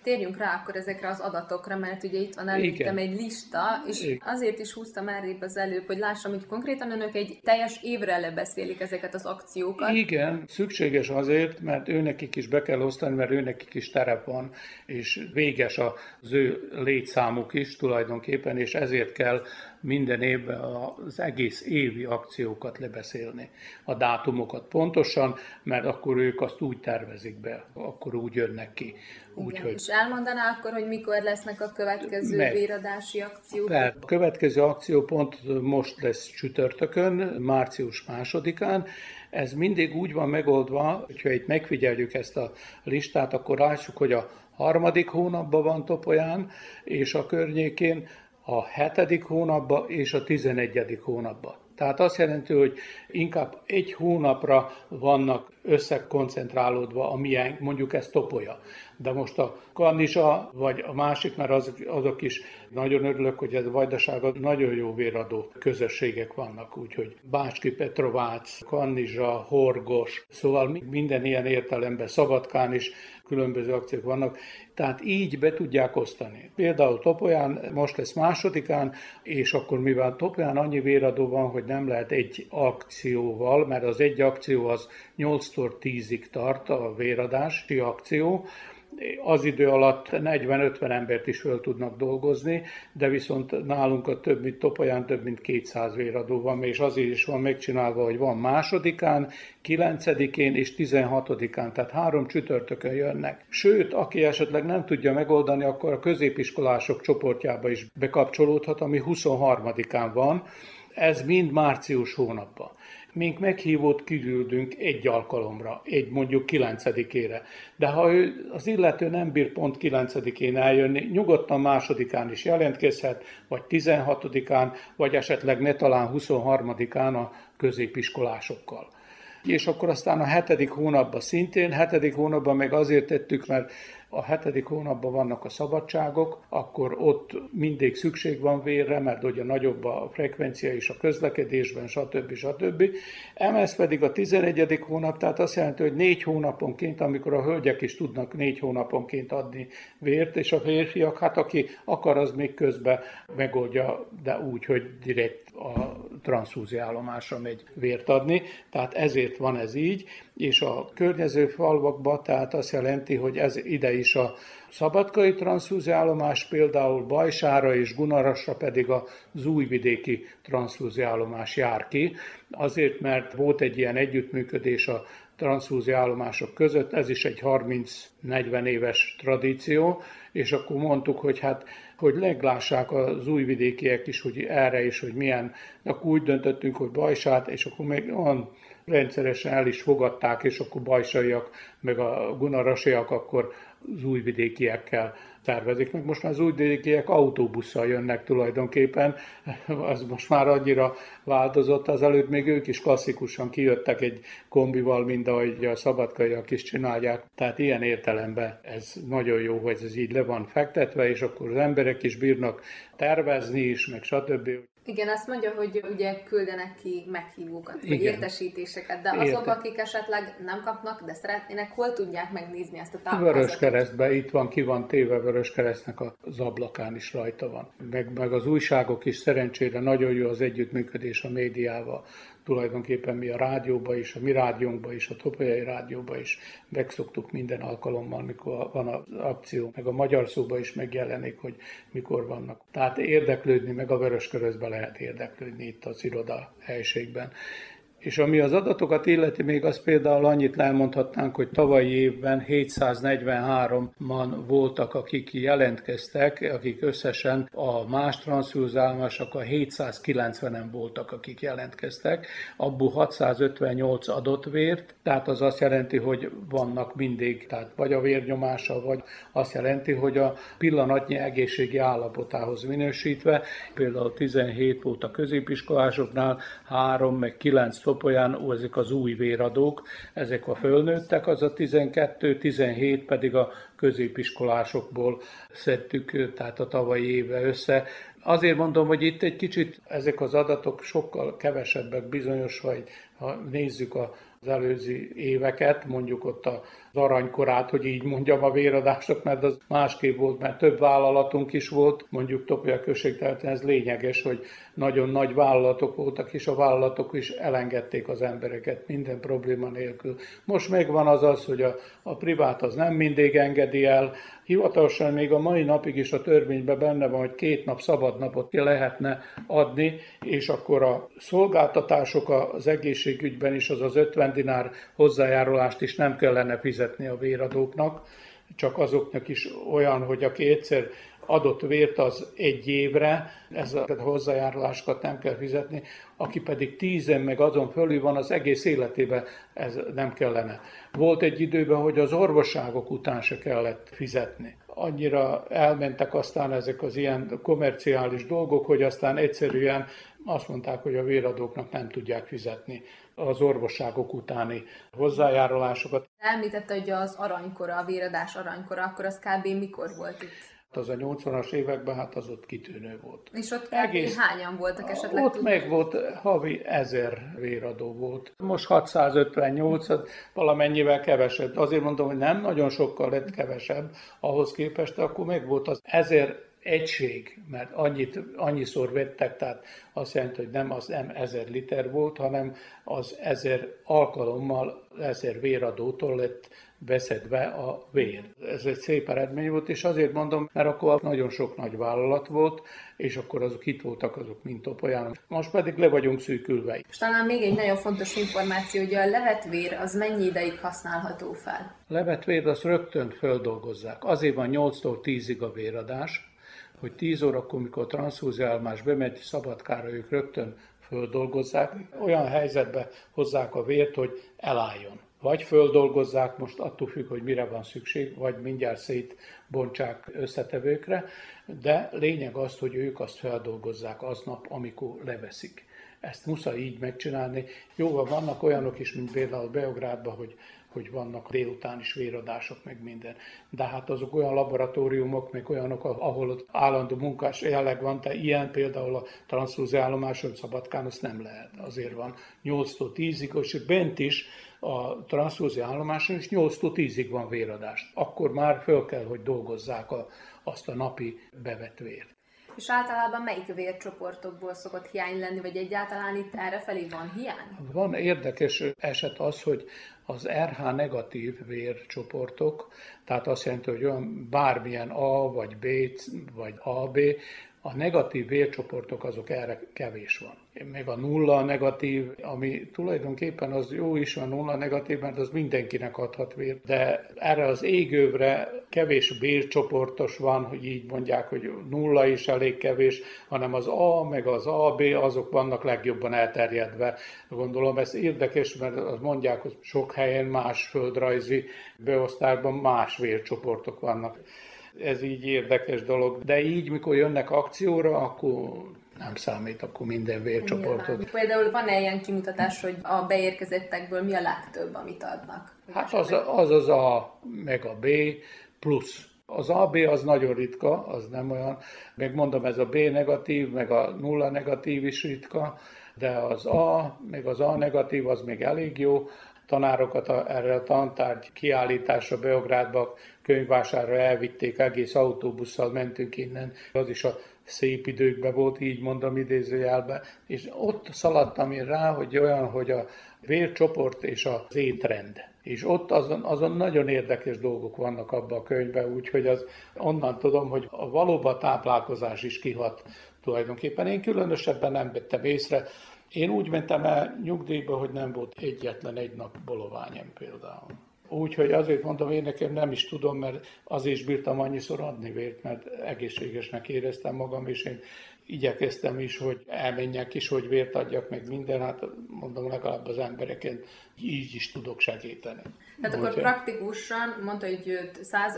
térjünk rá akkor ezekre az adatokra, mert ugye itt van előttem egy lista, és azért is húztam elrébb az előbb, hogy lássam, hogy konkrétan önök egy teljes évre lebeszélik ezeket az akciókat. Igen, szükséges azért, mert őnekik is be kell osztani, mert őnekik is terep van, és véges az ő létszámuk is tulajdonképpen, és ezért kell minden évben az egész évi akciókat lebeszélni. A dátumokat pontosan, mert akkor ők azt úgy tervezik be, akkor úgy jönnek ki. Úgyhogy... És elmondaná akkor, hogy mikor lesznek a következő véradási akciók? A következő akciópont most lesz csütörtökön, március 2-án. Ez mindig úgy van megoldva, hogyha itt megfigyeljük ezt a listát, akkor lássuk, hogy a 3. hónapban van Topolyán, és a környékén a 7. hónapban és a 11. hónapban. Tehát azt jelenti, hogy inkább egy hónapra vannak összekoncentrálódva, amilyen mondjuk ez Topolya. De most a Kanizsa, vagy a másik, mert azok is nagyon örülök, hogy ez a Vajdaságban nagyon jó véradó közösségek vannak, úgyhogy Bácski Petrovác, Kanizsa, Horgos, szóval minden ilyen értelemben, Szabadkán is különböző akciók vannak, tehát így be tudják osztani. Például Topolyán most lesz 2-án, és akkor mivel Topolyán annyi véradó van, hogy nem lehet egy akcióval, mert az egy akció az 8-tól 10-ig tart a véradási akció, az idő alatt 40-50 embert is föl tudnak dolgozni, de viszont nálunk a Topolyán több mint 200 véradó van, és azért is van megcsinálva, hogy van 2-án, 9-én és 16-án, tehát 3 csütörtökön jönnek. Sőt, aki esetleg nem tudja megoldani, akkor a középiskolások csoportjába is bekapcsolódhat, ami 23-án van, ez mind március hónapban. Mink meghívót kiküldünk egy alkalomra, mondjuk 9-ére. De ha az illető nem bír pont 9-én eljönni, nyugodtan 2-án is jelentkezhet, vagy 16-án, vagy esetleg ne talán 23-án a középiskolásokkal. És akkor aztán a 7. hónapban szintén, 7. hónapban meg azért tettük, mert a 7. hónapban vannak a szabadságok, akkor ott mindig szükség van vérre, mert ugye nagyobb a frekvencia is a közlekedésben, stb. Emez pedig a 11. hónap, tehát azt jelenti, hogy 4 hónaponként, amikor a hölgyek is tudnak 4 hónaponként adni vért, és a férfiak, hát aki akar, az még közben megoldja, de úgy, hogy direkt a transzfúziállomásra megy vért adni, tehát ezért van ez így, és a környező falvakban, tehát azt jelenti, hogy ez ide is a szabadkai transzfúziállomás, például Bajsára és Gunarasra pedig az újvidéki transzfúziállomás jár ki, azért, mert volt egy ilyen együttműködés a transzfúziállomások között, ez is egy 30-40 éves tradíció, és akkor mondtuk, hogy hogy meglássák az újvidékiek is, hogy erre is, hogy milyen, akkor úgy döntöttünk, hogy Bajsát, és akkor még olyan rendszeresen el is fogadták, és akkor bajsaiak, meg a gunarasiak akkor az újvidékiekkel tervezik. Meg most már az újvidékiek autóbusszal jönnek tulajdonképpen, az most már annyira változott, azelőtt még ők is klasszikusan kijöttek egy kombival, mint ahogy a szabadkaiak is csinálják. Tehát ilyen értelemben ez nagyon jó, hogy ez így le van fektetve, és akkor az emberek is bírnak tervezni is, meg stb. Igen, azt mondja, hogy ugye küldenek ki meghívókat, vagy értesítéseket, de azok, akik esetleg nem kapnak, de szeretnének, hol tudják megnézni ezt a táblázatot? Vöröskeresztben, itt van, ki van téve Vöröskeresztnek az ablakán is rajta van. Meg az újságok is szerencsére nagyon jó az együttműködés a médiával. Tulajdonképpen mi a rádióban is, a mi rádiónkban is, a Topolyai rádióban is megszoktuk minden alkalommal, mikor van az akció, meg a Magyar Szóban is megjelenik, hogy mikor vannak. Tehát érdeklődni, meg a Vöröskeresztben lehet érdeklődni itt az iroda helységben. És ami az adatokat illeti, még az például annyit elmondhatnánk, hogy tavalyi évben 743-man voltak, akik jelentkeztek, akik összesen a más transzfúziállomásokkal 790-en voltak, akik jelentkeztek, abból 658 adott vért, tehát az azt jelenti, hogy vannak mindig, tehát vagy a vérnyomása, vagy azt jelenti, hogy a pillanatnyi egészségi állapotához minősítve, például 17 volt a középiskolásoknál, 3 meg 9 Topolyán, ezek az új véradók, ezek a fölnőttek, az a 12, 17 pedig a középiskolásokból szedtük, tehát a tavalyi évbe össze. Azért mondom, hogy itt egy kicsit ezek az adatok sokkal kevesebbek bizonyos, vagy ha nézzük az előző éveket, mondjuk ott az aranykorát, hogy így mondjam, a véradások, mert az másképp volt, mert több vállalatunk is volt, mondjuk Topolya községterületen ez lényeges, hogy nagyon nagy vállalatok voltak, és a vállalatok is elengedték az embereket minden probléma nélkül. Most megvan az, hogy a privát az nem mindig engedi el. Hivatalosan még a mai napig is a törvényben benne van, hogy 2 nap szabad napot ki lehetne adni, és akkor a szolgáltatások az egészségügyben is az 50 dinár hozzájárulást is nem kellene fizetni a véradóknak, csak azoknak is olyan, hogy aki egyszer adott vért az 1 évre, ez a hozzájárulásokat nem kell fizetni, aki pedig 10 meg azon fölül van, az egész életében ez nem kellene. Volt egy időben, hogy az orvosságok után se kellett fizetni. Annyira elmentek aztán ezek az ilyen komerciális dolgok, hogy aztán egyszerűen azt mondták, hogy a véradóknak nem tudják fizetni az orvosságok utáni hozzájárulásokat. Említette, hogy az aranykora, a véradás aranykora, akkor az kb. Mikor volt itt? Az a 80-as években, hát az ott kitűnő volt. És ott hányan voltak esetleg? Ott meg volt, havi 1000 véradó volt. Most 658, valamennyivel kevesebb. Azért mondom, hogy nem nagyon sokkal lett kevesebb ahhoz képest, akkor meg volt az 1000 egység, mert annyiszor vettek, tehát azt jelenti, hogy nem 1000 liter volt, hanem az 1000 alkalommal 1000 véradótól lett beszedve a vér. Ez egy szép eredmény volt, és azért mondom, mert akkor nagyon sok nagy vállalat volt, és akkor azok itt voltak, azok mint Topolyán. Most pedig le vagyunk szűkülve. És talán még egy nagyon fontos információ, hogy a levett vér az mennyi ideig használható fel? Levett vér, azt rögtön földolgozzák. Azért van 8-tól 10-ig a véradás, hogy 10 órakor, mikor transzfúziálomás bemegy Szabadkára, ők rögtön földolgozzák. Olyan helyzetbe hozzák a vért, hogy elálljon. Vagy földolgozzák, most attól függ, hogy mire van szükség, vagy mindjárt szétbontsák összetevőkre, de lényeg az, hogy ők azt feldolgozzák aznap, amikor leveszik. Ezt muszáj így megcsinálni. Jóval vannak olyanok is, mint például Beográdban, hogy vannak délután is véradások, meg minden. De hát azok olyan laboratóriumok, meg olyanok, ahol ott állandó munkás jelleg van, de ilyen például a transzfúziállomáson Szabadkán azt nem lehet. Azért van 8-tól 10-ig, és bent is a transzfúziállomáson is 8-tól 10-ig van véradás. Akkor már föl kell, hogy dolgozzák azt a napi bevett vért. És általában melyik vércsoportokból szokott hiány lenni, vagy egyáltalán itt errefelé van hiány? Van érdekes eset az, hogy az RH negatív vércsoportok, tehát azt jelenti, hogy olyan bármilyen A, vagy B, vagy AB, a negatív vércsoportok azok erre kevés van. Meg a nulla negatív, ami tulajdonképpen az jó is van, nulla negatív, mert az mindenkinek adhat vért, de erre az égővre kevés vércsoportos van, hogy így mondják, hogy nulla is elég kevés, hanem az A, meg az AB, azok vannak legjobban elterjedve. Gondolom ez érdekes, mert azt mondják, hogy sok helyen más földrajzi beosztásban más vércsoportok vannak. Ez így érdekes dolog, de így, mikor jönnek akcióra, akkor nem számít, akkor minden vércsoportot. Például van-e ilyen kimutatás, hogy a beérkezettekből mi a legtöbb, amit adnak? Hát az A, meg a B plusz. Az AB az nagyon ritka, az nem olyan, meg mondom, ez a B negatív, meg a nulla negatív is ritka, de az A, meg az A negatív, az még elég jó. Tanárokat erre a tantárgy kiállításra Beográdba, könyvvásárra elvitték, egész autóbusszal mentünk innen. Az is a szép időkben volt, így mondom idézőjelben. És ott szaladtam én rá, hogy olyan, hogy a vércsoport és az étrend. És ott azon nagyon érdekes dolgok vannak abban a könyvben, úgyhogy onnan tudom, hogy valóban táplálkozás is kihat tulajdonképpen. Én különösebben nem vettem észre. Én úgy mentem el nyugdíjba, hogy nem volt egyetlen egy nap boloványom például. Úgyhogy azért mondom, én nekem nem is tudom, mert azért is bírtam annyiszor adni vért, mert egészségesnek éreztem magam, és én igyekeztem is, hogy elmenjek is, hogy vért adjak, meg minden, hát mondom, legalább az embereken így is tudok segíteni. Tehát akkor praktikusan, mondta, hogy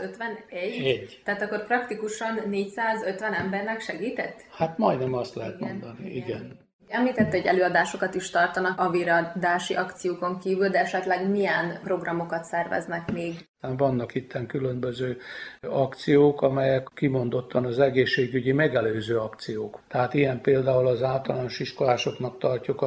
151? Tehát akkor praktikusan 450 embernek segített? Hát majdnem azt lehet mondani, igen. Említette, hogy előadásokat is tartanak a véradási akciókon kívül, de esetleg milyen programokat szerveznek még? Vannak itten különböző akciók, amelyek kimondottan az egészségügyi megelőző akciók. Tehát ilyen például az általános iskolásoknak tartjuk a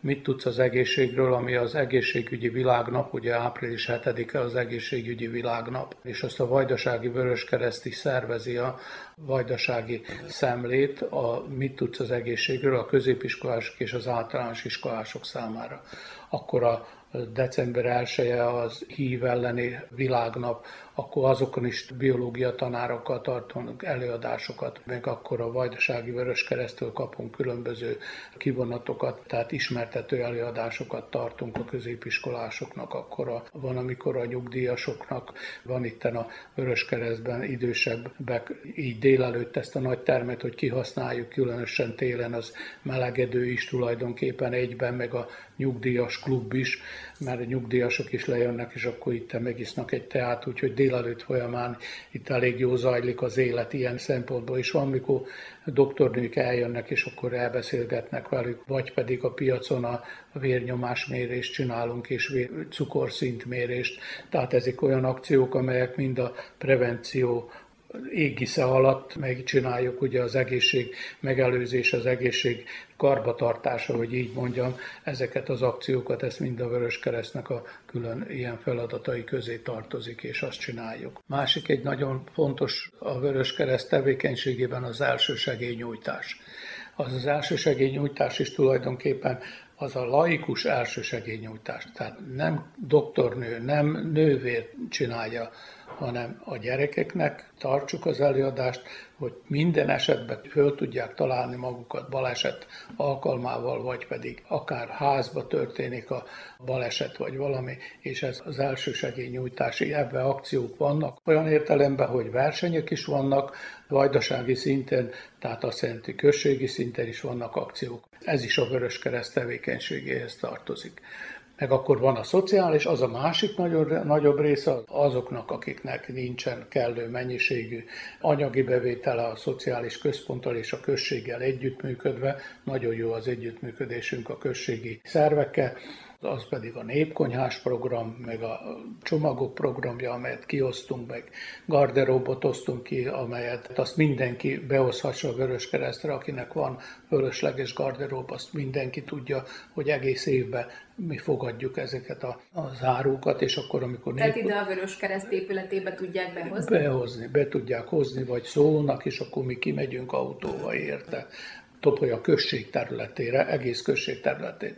mit tudsz az egészségről, ami az egészségügyi világnap, ugye április 7-e az egészségügyi világnap, és azt a Vajdasági Vöröskereszt is szervezi a vajdasági szemlét, a mit tudsz az egészségről a középiskolások és az általános iskolások számára. Akkor a december 1-e az HIV elleni világnap, akkor azokon is biológia tanárokkal tartunk előadásokat, meg akkor a Vajdasági Vöröskereszttől kapunk különböző kivonatokat, tehát ismertető előadásokat tartunk a középiskolásoknak, akkor van, amikor a nyugdíjasoknak, van itten a Vöröskeresztben idősebbek, így délelőtt ezt a nagy termet, hogy kihasználjuk, különösen télen az melegedő is tulajdonképpen egyben, meg a nyugdíjas klub is, mert a nyugdíjasok is lejönnek, és akkor itt megisznak egy teát, úgyhogy délelőtt folyamán itt elég jó zajlik az élet ilyen szempontból is. Van, mikor doktornők eljönnek, és akkor elbeszélgetnek velük, vagy pedig a piacon a vérnyomásmérést csinálunk, és cukorszintmérést. Tehát ezek olyan akciók, amelyek mind a prevenció égisze alatt megcsináljuk, ugye az egészség megelőzés, az egészség karbantartása, hogy így mondjam, ezeket az akciókat, ezt mind a Vöröskeresztnek a külön ilyen feladatai közé tartozik, és azt csináljuk. Másik egy nagyon fontos a Vöröskereszt tevékenységében az elsősegélynyújtás. Az elsősegélynyújtás is tulajdonképpen az a laikus elsősegélynyújtás. Tehát nem doktornő, nem nővér csinálja, hanem a gyerekeknek tartsuk az előadást, hogy minden esetben föl tudják találni magukat baleset alkalmával, vagy pedig akár házba történik a baleset, vagy valami, és ez az elsősegélynyújtási ebben akciók vannak. Olyan értelemben, hogy versenyek is vannak, vajdasági szinten, tehát azt jelenti községi szinten is vannak akciók. Ez is a Vöröskereszt tevékenységéhez tartozik. Meg akkor van a szociális, az a másik nagyobb része azoknak, akiknek nincsen kellő mennyiségű anyagi bevétele a szociális központtal és a községgel együttműködve. Nagyon jó az együttműködésünk a községi szervekkel. Az pedig a népkonyhás program, meg a csomagok programja, amelyet kiosztunk, meg garderobot osztunk ki, amelyet azt mindenki behozhassa a Vöröskeresztre, akinek van fölösleges garderob, azt mindenki tudja, hogy egész évben mi fogadjuk ezeket az árukat, és akkor, amikor... Tehát ide a Vöröskereszt épületébe tudják behozni? Be tudják hozni, vagy szólnak, és akkor mi kimegyünk autóval érte. Topolya község területére, egész község területén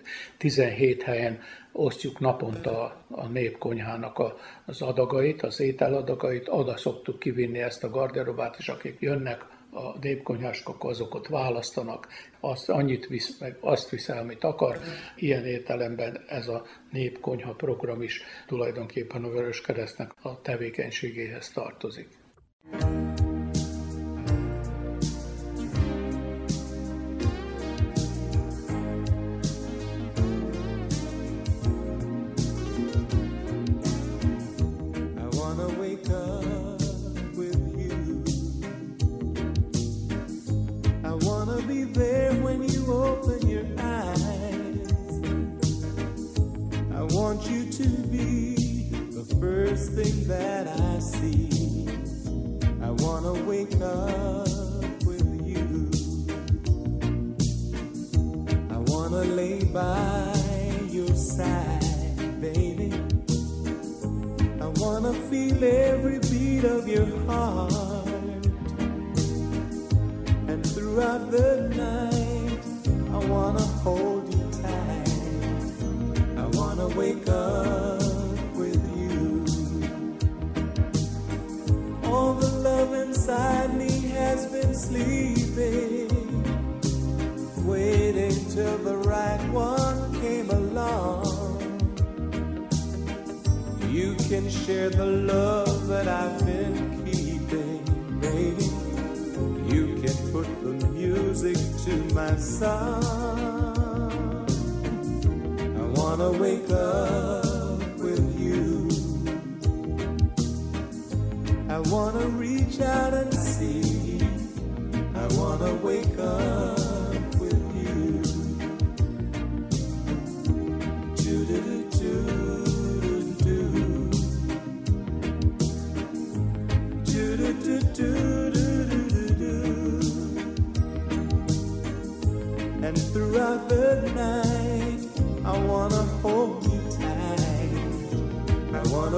17 helyen osztjuk naponta a népkonyhának az adagait, az ételadagait, oda szoktuk kivinni ezt a garderobát, és akik jönnek a népkonyhások, azokat választanak, annyit visz, meg azt viszel, amit akar. Ilyen értelemben ez a népkonyha program is tulajdonképpen a Vöröskeresztnek a tevékenységéhez tartozik. Thing that I see, I wanna wake up with you. I wanna lay by your side, baby. I wanna feel every beat of your heart, and throughout the night I wanna hold you tight. I wanna wake up. All the love inside me has been sleeping, waiting till the right one came along. You can share the love that I've been keeping, baby. You can put the music to my song. I wanna wake up with you. I wanna reach out and see. I wanna wake up with you. And throughout the night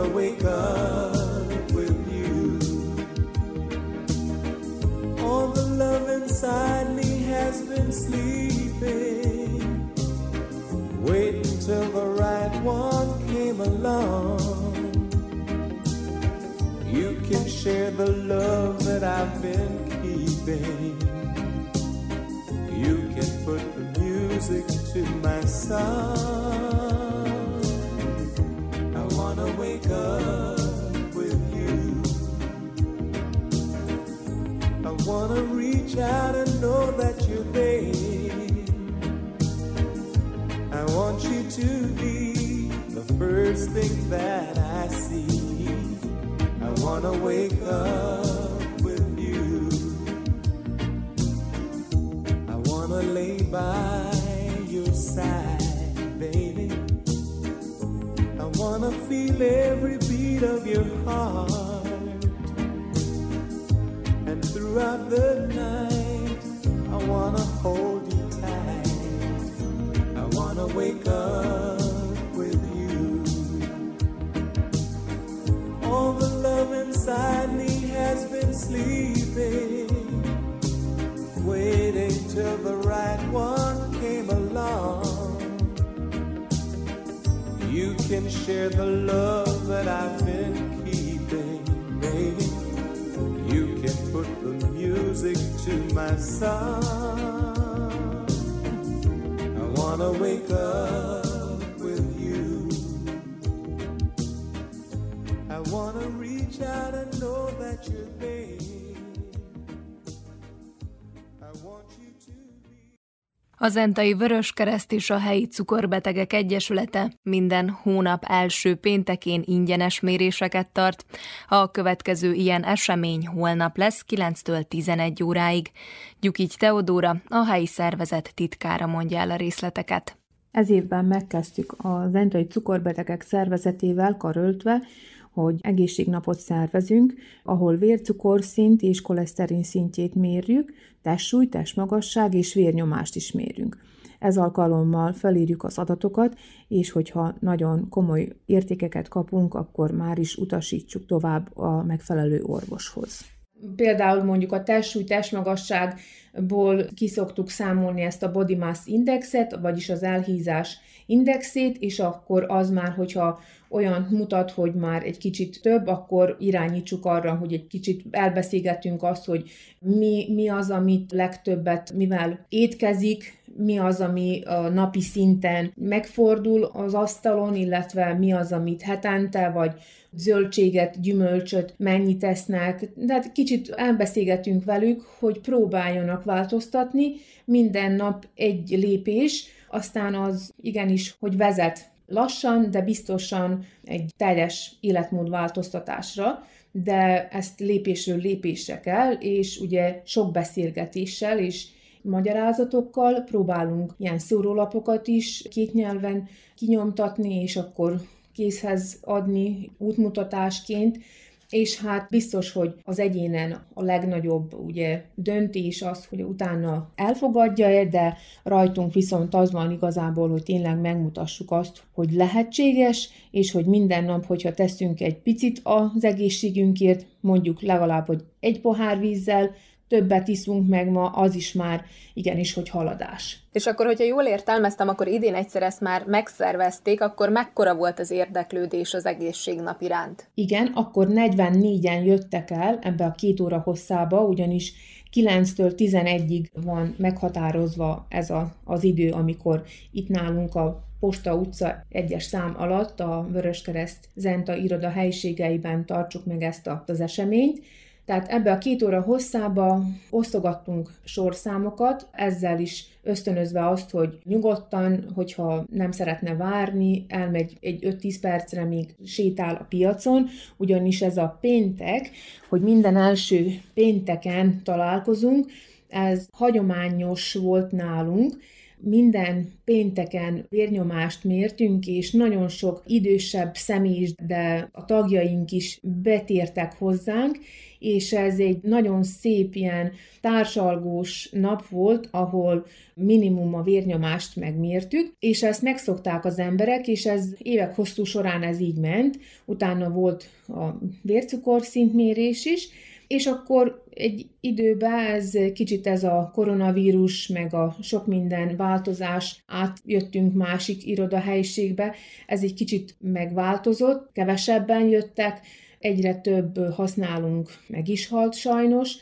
wanna wake up with you. All the love inside me has been sleeping, waiting till the right one came along. You can share the love that I've been keeping. You can put the music to my song. I wanna wake up with you. I wanna reach out and know that you're there. I want you to be the first thing that I see. I wanna wake up with you. I wanna lay by your side, baby. I wanna feel every beat of your heart. And throughout the night, I wanna hold you tight. I wanna wake up with you. All the love inside me has been sleeping, waiting till the right one came along. You can share the love that I've been keeping, baby. You can put the music to my song. I wanna wake up with you. I wanna reach out and know that you're there. I want you to be. A Zentai Vöröskereszt és a Helyi Cukorbetegek Egyesülete minden hónap első péntekén ingyenes méréseket tart. A következő ilyen esemény holnap lesz 9-től 11 óráig. Gyukics Teodóra, a helyi szervezet titkára mondja el a részleteket. Ez évben megkezdtük a Zentai Cukorbetegek Szervezetével karöltve, hogy egészségnapot szervezünk, ahol vércukorszint és koleszterin szintjét mérjük, testsúly, testmagasság és vérnyomást is mérünk. Ez alkalommal felírjuk az adatokat, és hogyha nagyon komoly értékeket kapunk, akkor már is utasítsuk tovább a megfelelő orvoshoz. Például mondjuk a testsúly, testmagasságból ki szoktuk számolni ezt a body mass indexet, vagyis az elhízás indexét, és akkor az már, hogyha olyan mutat, hogy már egy kicsit több, akkor irányítsuk arra, hogy egy kicsit elbeszélgetünk azt, hogy mi az, amit legtöbbet, mivel étkezik, mi az, ami a napi szinten megfordul az asztalon, illetve mi az, amit hetente, vagy zöldséget, gyümölcsöt mennyit esznek. De kicsit elbeszélgetünk velük, hogy próbáljanak változtatni, minden nap egy lépés, aztán az igenis, hogy vezet lassan, de biztosan egy teljes életmódváltoztatásra, de ezt lépésről lépésre kell, és ugye sok beszélgetéssel és magyarázatokkal próbálunk ilyen szórólapokat is 2 nyelven kinyomtatni, és akkor kézhez adni útmutatásként, és hát biztos, hogy az egyénen a legnagyobb ugye döntés az, hogy utána elfogadja-e, de rajtunk viszont az van igazából, hogy tényleg megmutassuk azt, hogy lehetséges, és hogy minden nap, hogyha teszünk egy picit az egészségünkért, mondjuk legalább, hogy 1 pohár vízzel, többet iszunk meg ma, az is már igenis, hogy haladás. És akkor, hogyha jól értelmeztem, akkor idén egyszer ezt már megszervezték, akkor mekkora volt az érdeklődés az egészségnap iránt? Igen, akkor 44-en jöttek el ebbe a 2 óra hosszába, ugyanis 9-től 11-ig van meghatározva ez az idő, amikor itt nálunk a Posta utca 1-es szám alatt a Vöröskereszt Zenta iroda helyiségeiben tartsuk meg ezt az eseményt. Tehát ebbe a 2 óra hosszába osztogattunk sorszámokat, ezzel is ösztönözve azt, hogy nyugodtan, hogyha nem szeretne várni, elmegy egy 5-10 percre, míg sétál a piacon, ugyanis ez a péntek, hogy minden első pénteken találkozunk, ez hagyományos volt nálunk, minden pénteken vérnyomást mértünk, és nagyon sok idősebb személy is, de a tagjaink is betértek hozzánk, és ez egy nagyon szép ilyen társalgós nap volt, ahol minimum a vérnyomást megmértük, és ezt megszokták az emberek, és ez évek hosszú során ez így ment. Utána volt a vércukorszintmérés is, és akkor egy időben ez a koronavírus, meg a sok minden változás, átjöttünk másik irodahelyiségbe, ez egy kicsit megváltozott, kevesebben jöttek, egyre több használunk meg is halt sajnos,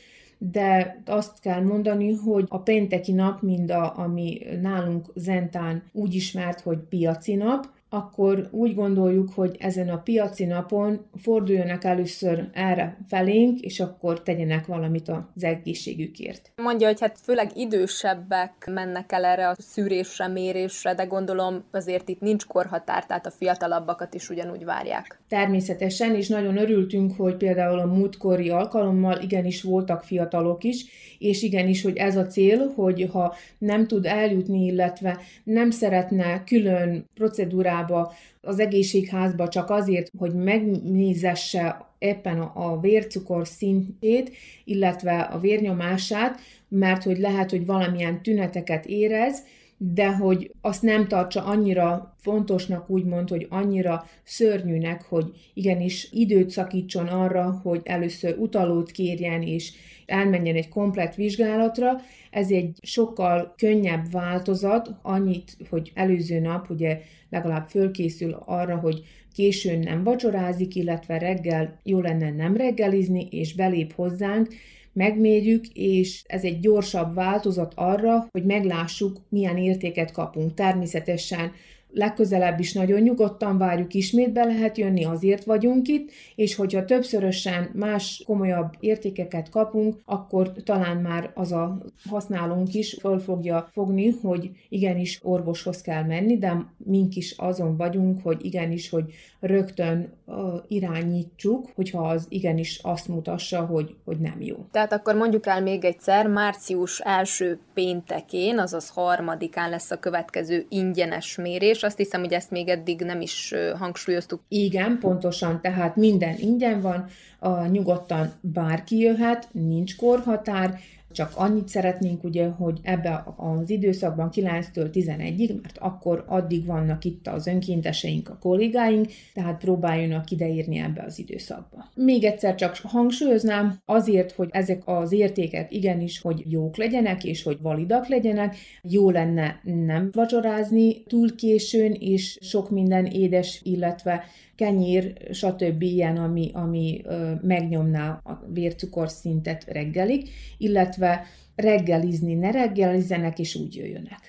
de azt kell mondani, hogy a pénteki nap, ami nálunk Zentán úgy ismert, hogy piaci nap, akkor úgy gondoljuk, hogy ezen a piaci napon forduljanak először erre felénk, és akkor tegyenek valamit az egészségükért. Mondja, hogy hát főleg idősebbek mennek el erre a szűrésre, mérésre, de gondolom azért itt nincs korhatár, tehát a fiatalabbakat is ugyanúgy várják. Természetesen, és nagyon örültünk, hogy például a múltkori alkalommal igenis voltak fiatalok is, és igenis, hogy ez a cél, hogy ha nem tud eljutni, illetve nem szeretne külön procedúrába az egészségházba csak azért, hogy megnézesse éppen a vércukor szintjét, illetve a vérnyomását, mert hogy lehet, hogy valamilyen tüneteket érez, de hogy azt nem tartsa annyira fontosnak, úgymond, hogy annyira szörnyűnek, hogy igenis időt szakítson arra, hogy először utalót kérjen, és elmenjen egy komplett vizsgálatra. Ez egy sokkal könnyebb változat, annyit, hogy előző nap ugye legalább fölkészül arra, hogy későn nem vacsorázik, illetve reggel jó lenne nem reggelizni, és belép hozzánk, megmérjük, és ez egy gyorsabb változat arra, hogy meglássuk, milyen értéket kapunk. Természetesen legközelebb is nagyon nyugodtan várjuk, ismét be lehet jönni, azért vagyunk itt, és hogyha többszörösen más komolyabb értékeket kapunk, akkor talán már az a használónk is föl fogja fogni, hogy igenis orvoshoz kell menni, de mink is azon vagyunk, hogy igenis, hogy rögtön irányítsuk, hogyha az igenis azt mutassa, hogy nem jó. Tehát akkor mondjuk el még egyszer, március első péntekén, azaz 3-án lesz a következő ingyenes mérés. Azt hiszem, hogy ezt még eddig nem is hangsúlyoztuk. Igen, pontosan, tehát minden ingyen van, nyugodtan bárki jöhet, nincs korhatár, csak annyit szeretnénk ugye, hogy ebbe az időszakban 9-től 11-ig, mert akkor addig vannak itt az önkénteseink, a kollégáink, tehát próbáljanak ideírni ebbe az időszakba. Még egyszer csak hangsúlyoznám, azért, hogy ezek az értékek igenis, hogy jók legyenek, és hogy validak legyenek, jó lenne nem vacsorázni túl későn, és sok minden édes, illetve kenyér, stb. Ilyen, ami megnyomná a vércukorszintet reggelig, illetve reggelizni ne reggelizzenek, és úgy jöjjönek.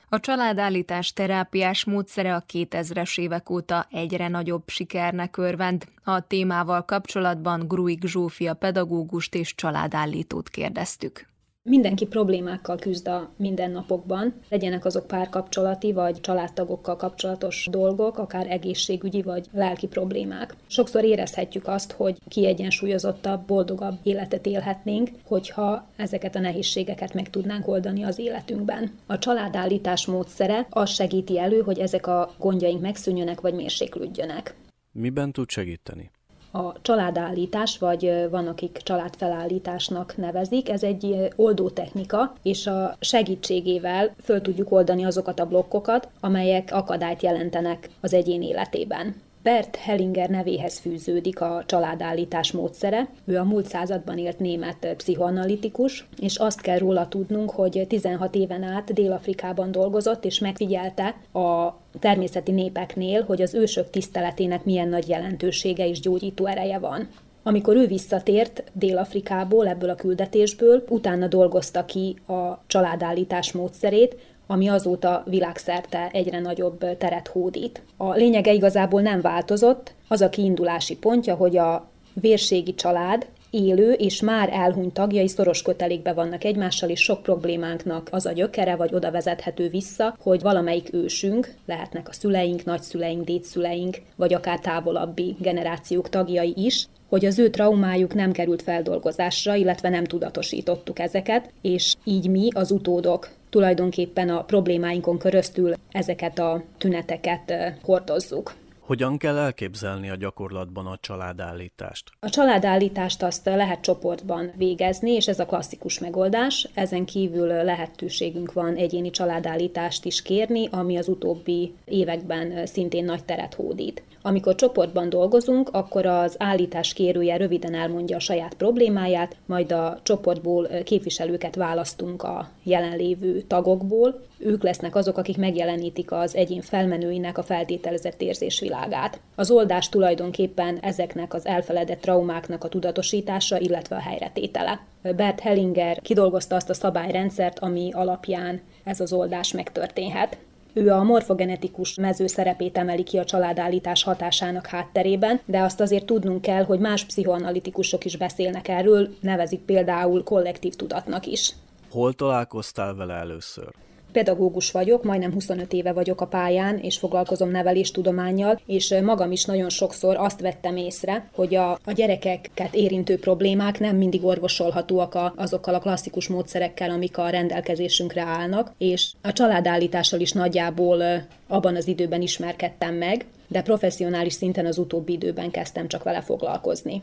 A családállítás terápiás módszere a 2000-es évek óta egyre nagyobb sikernek örvend. A témával kapcsolatban Gruig Zsófia pedagógust és családállítót kérdeztük. Mindenki problémákkal küzd a mindennapokban, legyenek azok párkapcsolati vagy családtagokkal kapcsolatos dolgok, akár egészségügyi vagy lelki problémák. Sokszor érezhetjük azt, hogy kiegyensúlyozottabb, boldogabb életet élhetnénk, hogyha ezeket a nehézségeket meg tudnánk oldani az életünkben. A családállítás módszere azt segíti elő, hogy ezek a gondjaink megszűnjönek vagy mérséklődjönek. Miben tud segíteni? A családállítás, vagy van, akik családfelállításnak nevezik, ez egy oldó technika, és a segítségével föl tudjuk oldani azokat a blokkokat, amelyek akadályt jelentenek az egyén életében. Bert Hellinger nevéhez fűződik a családállítás módszere. Ő a múlt században élt német pszichoanalitikus, és azt kell róla tudnunk, hogy 16 éven át Dél-Afrikában dolgozott, és megfigyelte a természeti népeknél, hogy az ősök tiszteletének milyen nagy jelentősége és gyógyító ereje van. Amikor ő visszatért Dél-Afrikából, ebből a küldetésből, utána dolgozta ki a családállítás módszerét, ami azóta világszerte egyre nagyobb teret hódít. A lényege igazából nem változott, az a kiindulási pontja, hogy a vérségi család élő és már elhunyt tagjai szoros kötelékben vannak egymással, és sok problémánknak az a gyökere, vagy oda vezethető vissza, hogy valamelyik ősünk, lehetnek a szüleink, nagyszüleink, dédszüleink, vagy akár távolabbi generációk tagjai is, hogy az ő traumájuk nem került feldolgozásra, illetve nem tudatosítottuk ezeket, és így mi, az utódok, tulajdonképpen a problémáinkon köröztül ezeket a tüneteket hordozzuk. Hogyan kell elképzelni a gyakorlatban a családállítást? A családállítást azt lehet csoportban végezni, és ez a klasszikus megoldás. Ezen kívül lehetőségünk van egyéni családállítást is kérni, ami az utóbbi években szintén nagy teret hódít. Amikor csoportban dolgozunk, akkor az állítás kérője röviden elmondja a saját problémáját, majd a csoportból képviselőket választunk a jelenlévő tagokból. Ők lesznek azok, akik megjelenítik az egyén felmenőinek a feltételezett érzésvilágát. Az oldás tulajdonképpen ezeknek az elfeledett traumáknak a tudatosítása, illetve a helyretétele. Bert Hellinger kidolgozta azt a szabályrendszert, ami alapján ez az oldás megtörténhet. Ő a morfogenetikus mező szerepét emeli ki a családállítás hatásának hátterében, de azt azért tudnunk kell, hogy más pszichoanalitikusok is beszélnek erről, nevezik például kollektív tudatnak is. Hol találkoztál vele először? Pedagógus vagyok, majdnem 25 éve vagyok a pályán, és foglalkozom neveléstudománnyal, és magam is nagyon sokszor azt vettem észre, hogy a gyerekeket érintő problémák nem mindig orvosolhatóak azokkal a klasszikus módszerekkel, amik a rendelkezésünkre állnak, és a családállítással is nagyjából abban az időben ismerkedtem meg, de professzionális szinten az utóbbi időben kezdtem csak vele foglalkozni.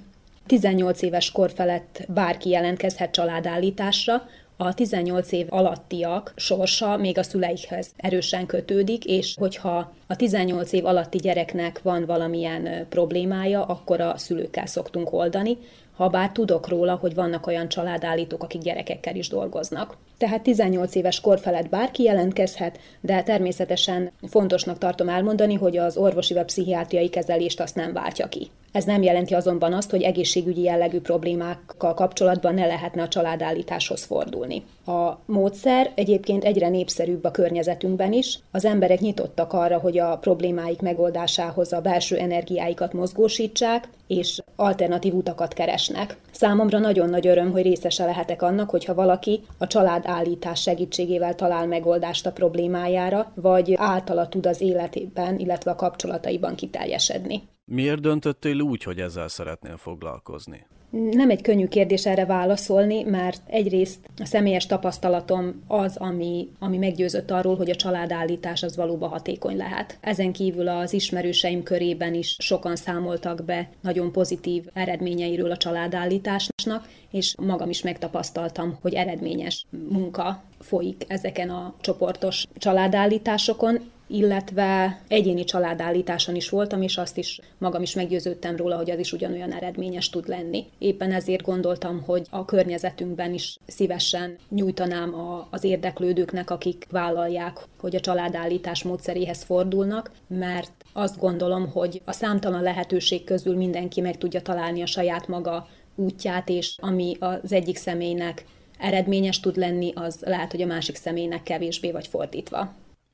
18 éves kor felett bárki jelentkezhet családállításra, a 18 év alattiak sorsa még a szüleikhez erősen kötődik, és hogyha a 18 év alatti gyereknek van valamilyen problémája, akkor a szülőkkel szoktunk oldani, habár tudok róla, hogy vannak olyan családállítók, akik gyerekekkel is dolgoznak. Tehát 18 éves kor felett bárki jelentkezhet, de természetesen fontosnak tartom elmondani, hogy az orvosi vagy pszichiátriai kezelést azt nem váltja ki. Ez nem jelenti azonban azt, hogy egészségügyi jellegű problémákkal kapcsolatban ne lehetne a családállításhoz fordulni. A módszer egyébként egyre népszerűbb a környezetünkben is. Az emberek nyitottak arra, hogy a problémáik megoldásához a belső energiáikat mozgósítsák, és alternatív utakat keresnek. Számomra nagyon nagy öröm, hogy részese lehetek annak, hogyha valaki a családállítás segítségével talál megoldást a problémájára, vagy általa tud az életében, illetve a kapcsolataiban kiteljesedni. Miért döntöttél úgy, hogy ezzel szeretnél foglalkozni? Nem egy könnyű kérdés erre válaszolni, mert egyrészt a személyes tapasztalatom az, ami meggyőzött arról, hogy a családállítás az valóban hatékony lehet. Ezen kívül az ismerőseim körében is sokan számoltak be nagyon pozitív eredményeiről a családállításnak, és magam is megtapasztaltam, hogy eredményes munka folyik ezeken a csoportos családállításokon, illetve egyéni családállításon is voltam, és azt is magam is meggyőződtem róla, hogy az is ugyanolyan eredményes tud lenni. Éppen ezért gondoltam, hogy a környezetünkben is szívesen nyújtanám az érdeklődőknek, akik vállalják, hogy a családállítás módszeréhez fordulnak, mert azt gondolom, hogy a számtalan lehetőség közül mindenki meg tudja találni a saját maga útját, és ami az egyik személynek eredményes tud lenni, az lehet, hogy a másik személynek kevésbé, vagy fordítva.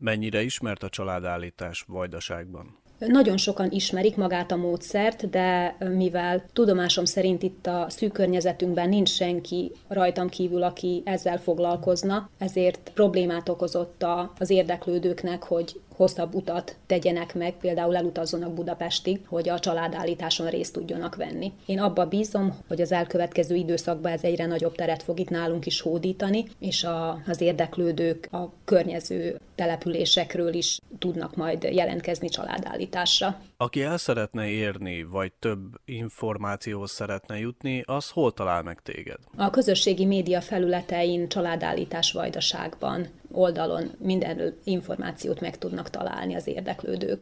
Mennyire ismert a családállítás Vajdaságban? Nagyon sokan ismerik magát a módszert, de mivel tudomásom szerint itt a szűk környezetünkben nincs senki rajtam kívül, aki ezzel foglalkozna, ezért problémát okozott az érdeklődőknek, hogy hosszabb utat tegyenek meg, például elutazzanak Budapestig, hogy a családállításon részt tudjanak venni. Én abba bízom, hogy az elkövetkező időszakban ez egyre nagyobb teret fog itt nálunk is hódítani, és az érdeklődők a környező településekről is tudnak majd jelentkezni családállításra. Aki el szeretne érni, vagy több információhoz szeretne jutni, az hol talál meg téged? A közösségi média felületein Családállítás Vajdaságban oldalon minden információt meg tudnak találni az érdeklődők.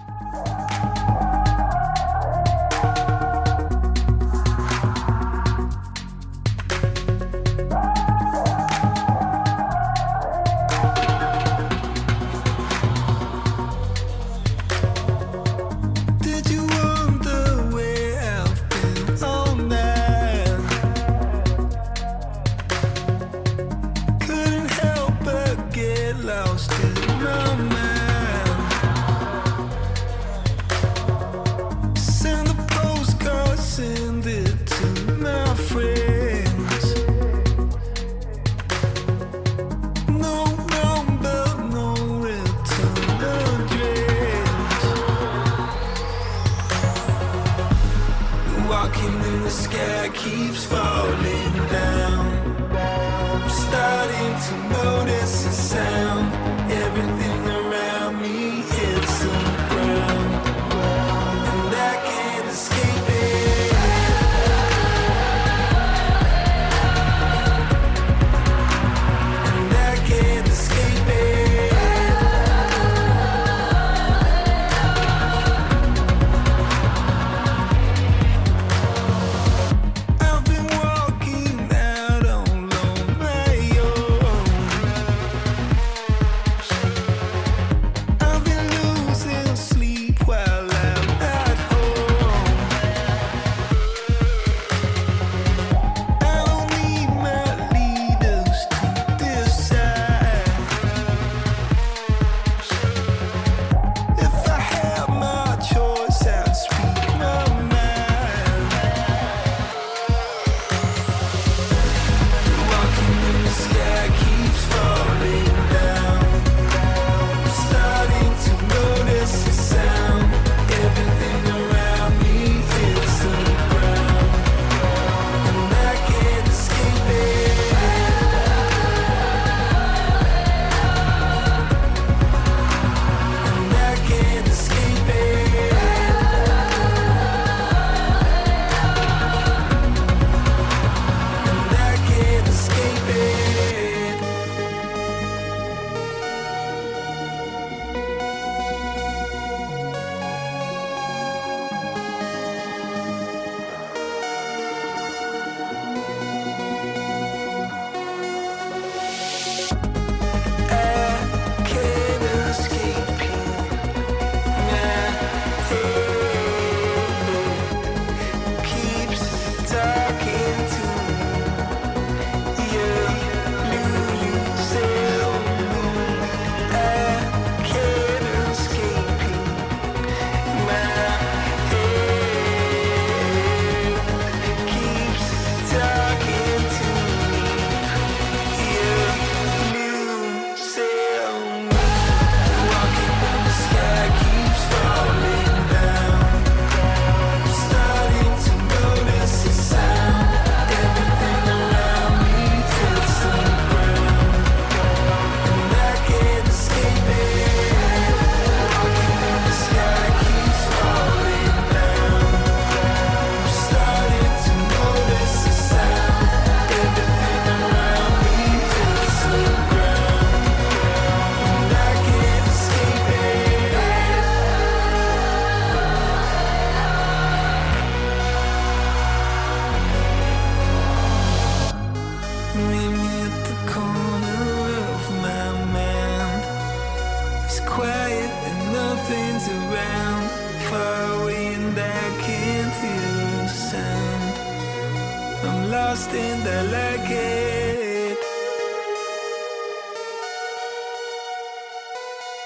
lost in the lake.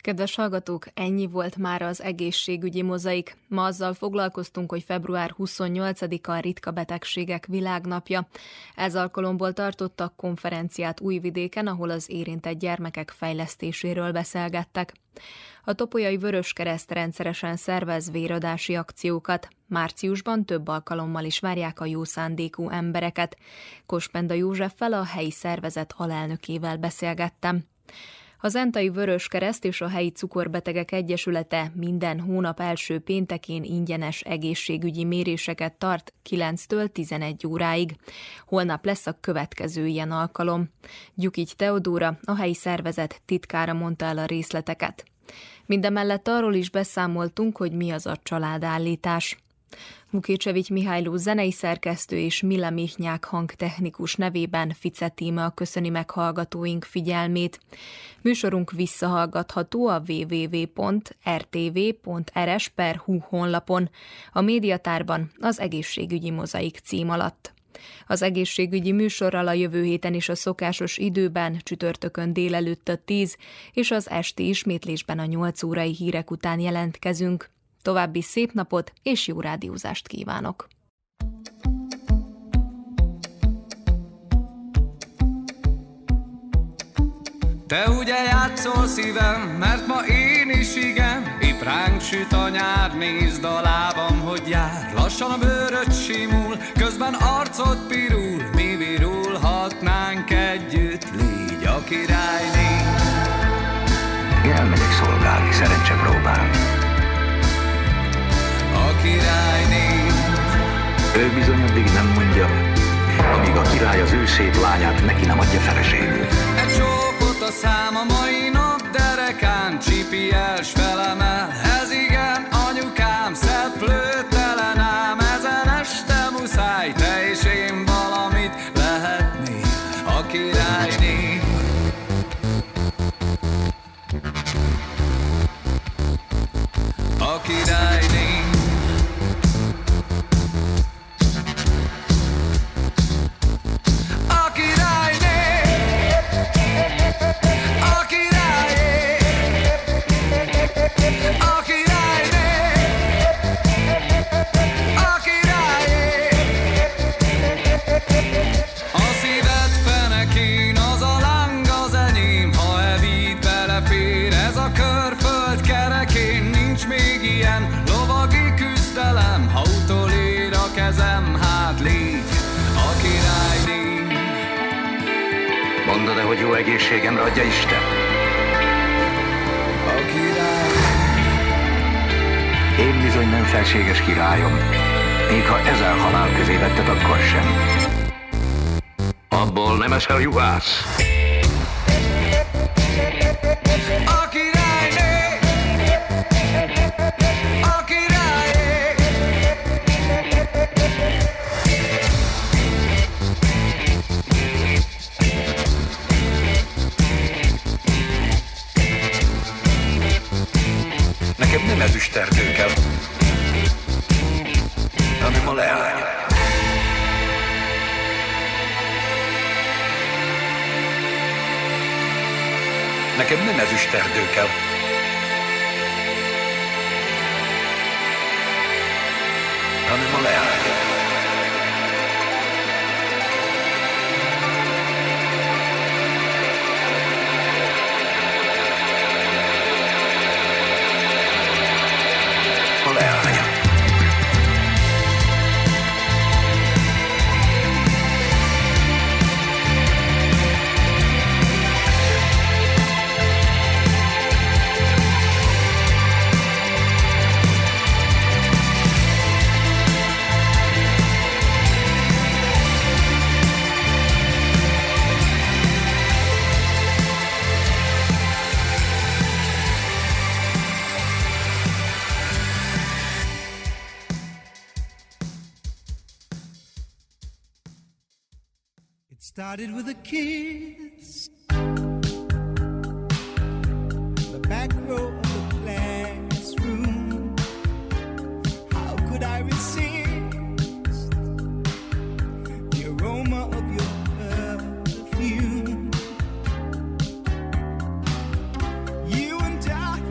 Kedves hallgatók, ennyi volt már az egészségügyi mozaik. Ma azzal foglalkoztunk, hogy február 28-a a ritka betegségek világnapja. Ez alkalomból tartottak konferenciát Újvidéken, ahol az érintett gyermekek fejlesztéséről beszélgettek. A Topolyai Vöröskereszt rendszeresen szervez véradási akciókat. Márciusban több alkalommal is várják a jó szándékú embereket. Kospenda Józseffel, a helyi szervezet alelnökével beszélgettem. A Zentai Vöröskereszt és a helyi Cukorbetegek Egyesülete minden hónap első péntekén ingyenes egészségügyi méréseket tart 9-től 11 óráig. Holnap lesz a következő ilyen alkalom. Gyukics Teodóra, a helyi szervezet titkára mondta el a részleteket. Mindemellett arról is beszámoltunk, hogy mi az a családállítás. Mukécsevics Mihályló zenei szerkesztő és Mila Michnyák hangtechnikus nevében Fice Tíme köszöni meg hallgatóink figyelmét. Műsorunk visszahallgatható a www.rtv.rs.hu honlapon, a médiatárban az egészségügyi mozaik cím alatt. Az egészségügyi műsorral a jövő héten is a szokásos időben, csütörtökön délelőtt a 10 és az esti ismétlésben a 8 órai hírek után jelentkezünk. További szép napot és jó rádiózást kívánok! Te ugye játszol szívem, mert ma én is igen. Épp ránk süt a nyár, nézd a lábam, hogy jár. Lassan a bőröd simul, közben arcod pirul. Mi virulhatnánk együtt, légy a királyné. Én elmegyek szolgálni, szerencse próbál. A királyné. Ő bizony addig nem mondja, amíg a király az ő szép lányát neki nem adja feleségül. Egy csókot a szám a mai nap derekán, csipi els felemel. Ez igen, anyukám, szeplőtelen ám. Ezen este muszáj, te és én valamit lehetnél, a királyné. A királyné. Mondod-e, hogy jó egészségemre adja Isten? A király. Én bizony nem felséges királyom, még ha ezer halál közé vetted, akkor sem. Abból nem esel juhász. A királyné. A királyé. Nekem nem ezüsterdő kell, hanem a leány. Nekem nem ezüsterdő kell, hanem a leány. Started with a kiss, the back row of the classroom. How could I resist the aroma of your perfume? You and I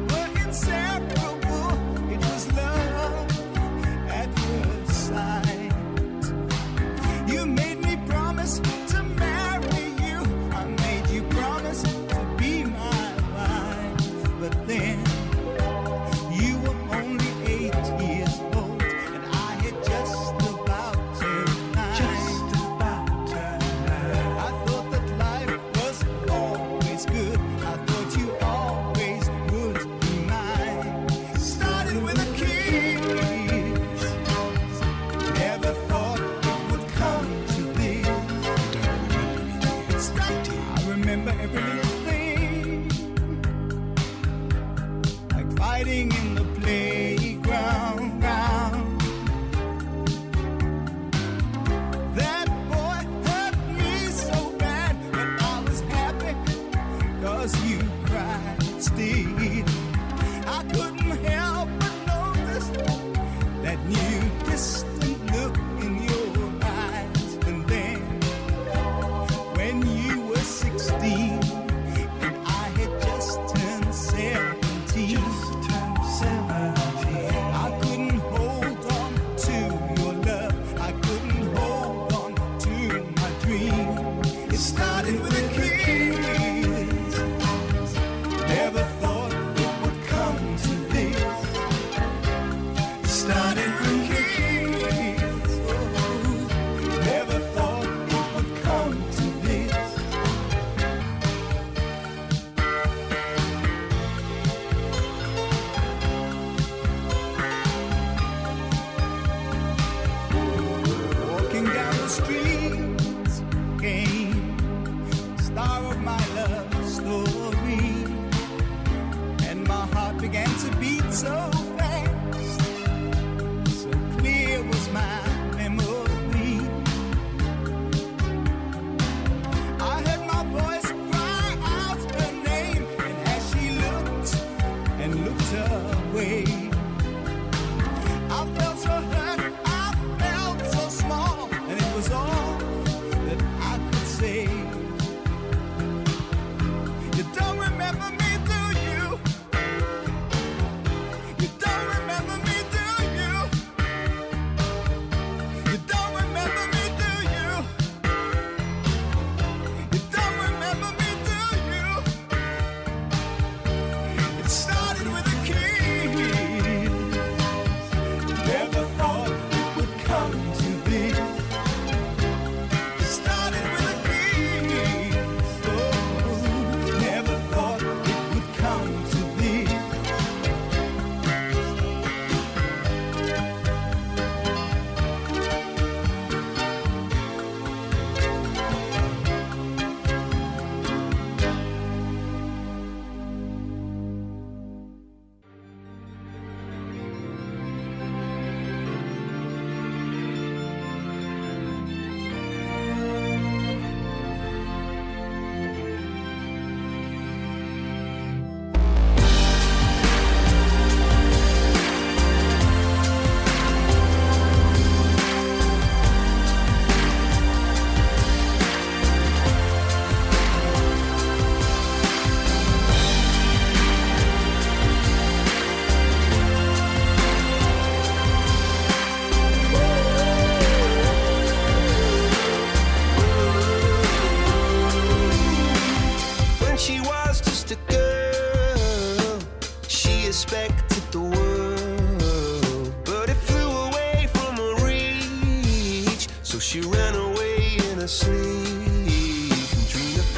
asleep and dreamed of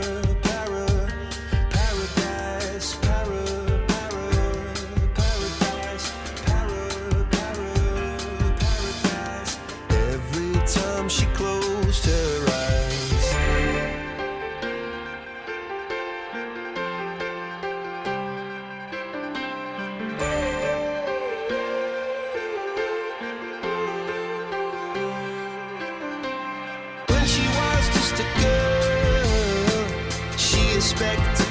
paradise, paradise. Every time she closed her eyes. When she was just a girl, she expected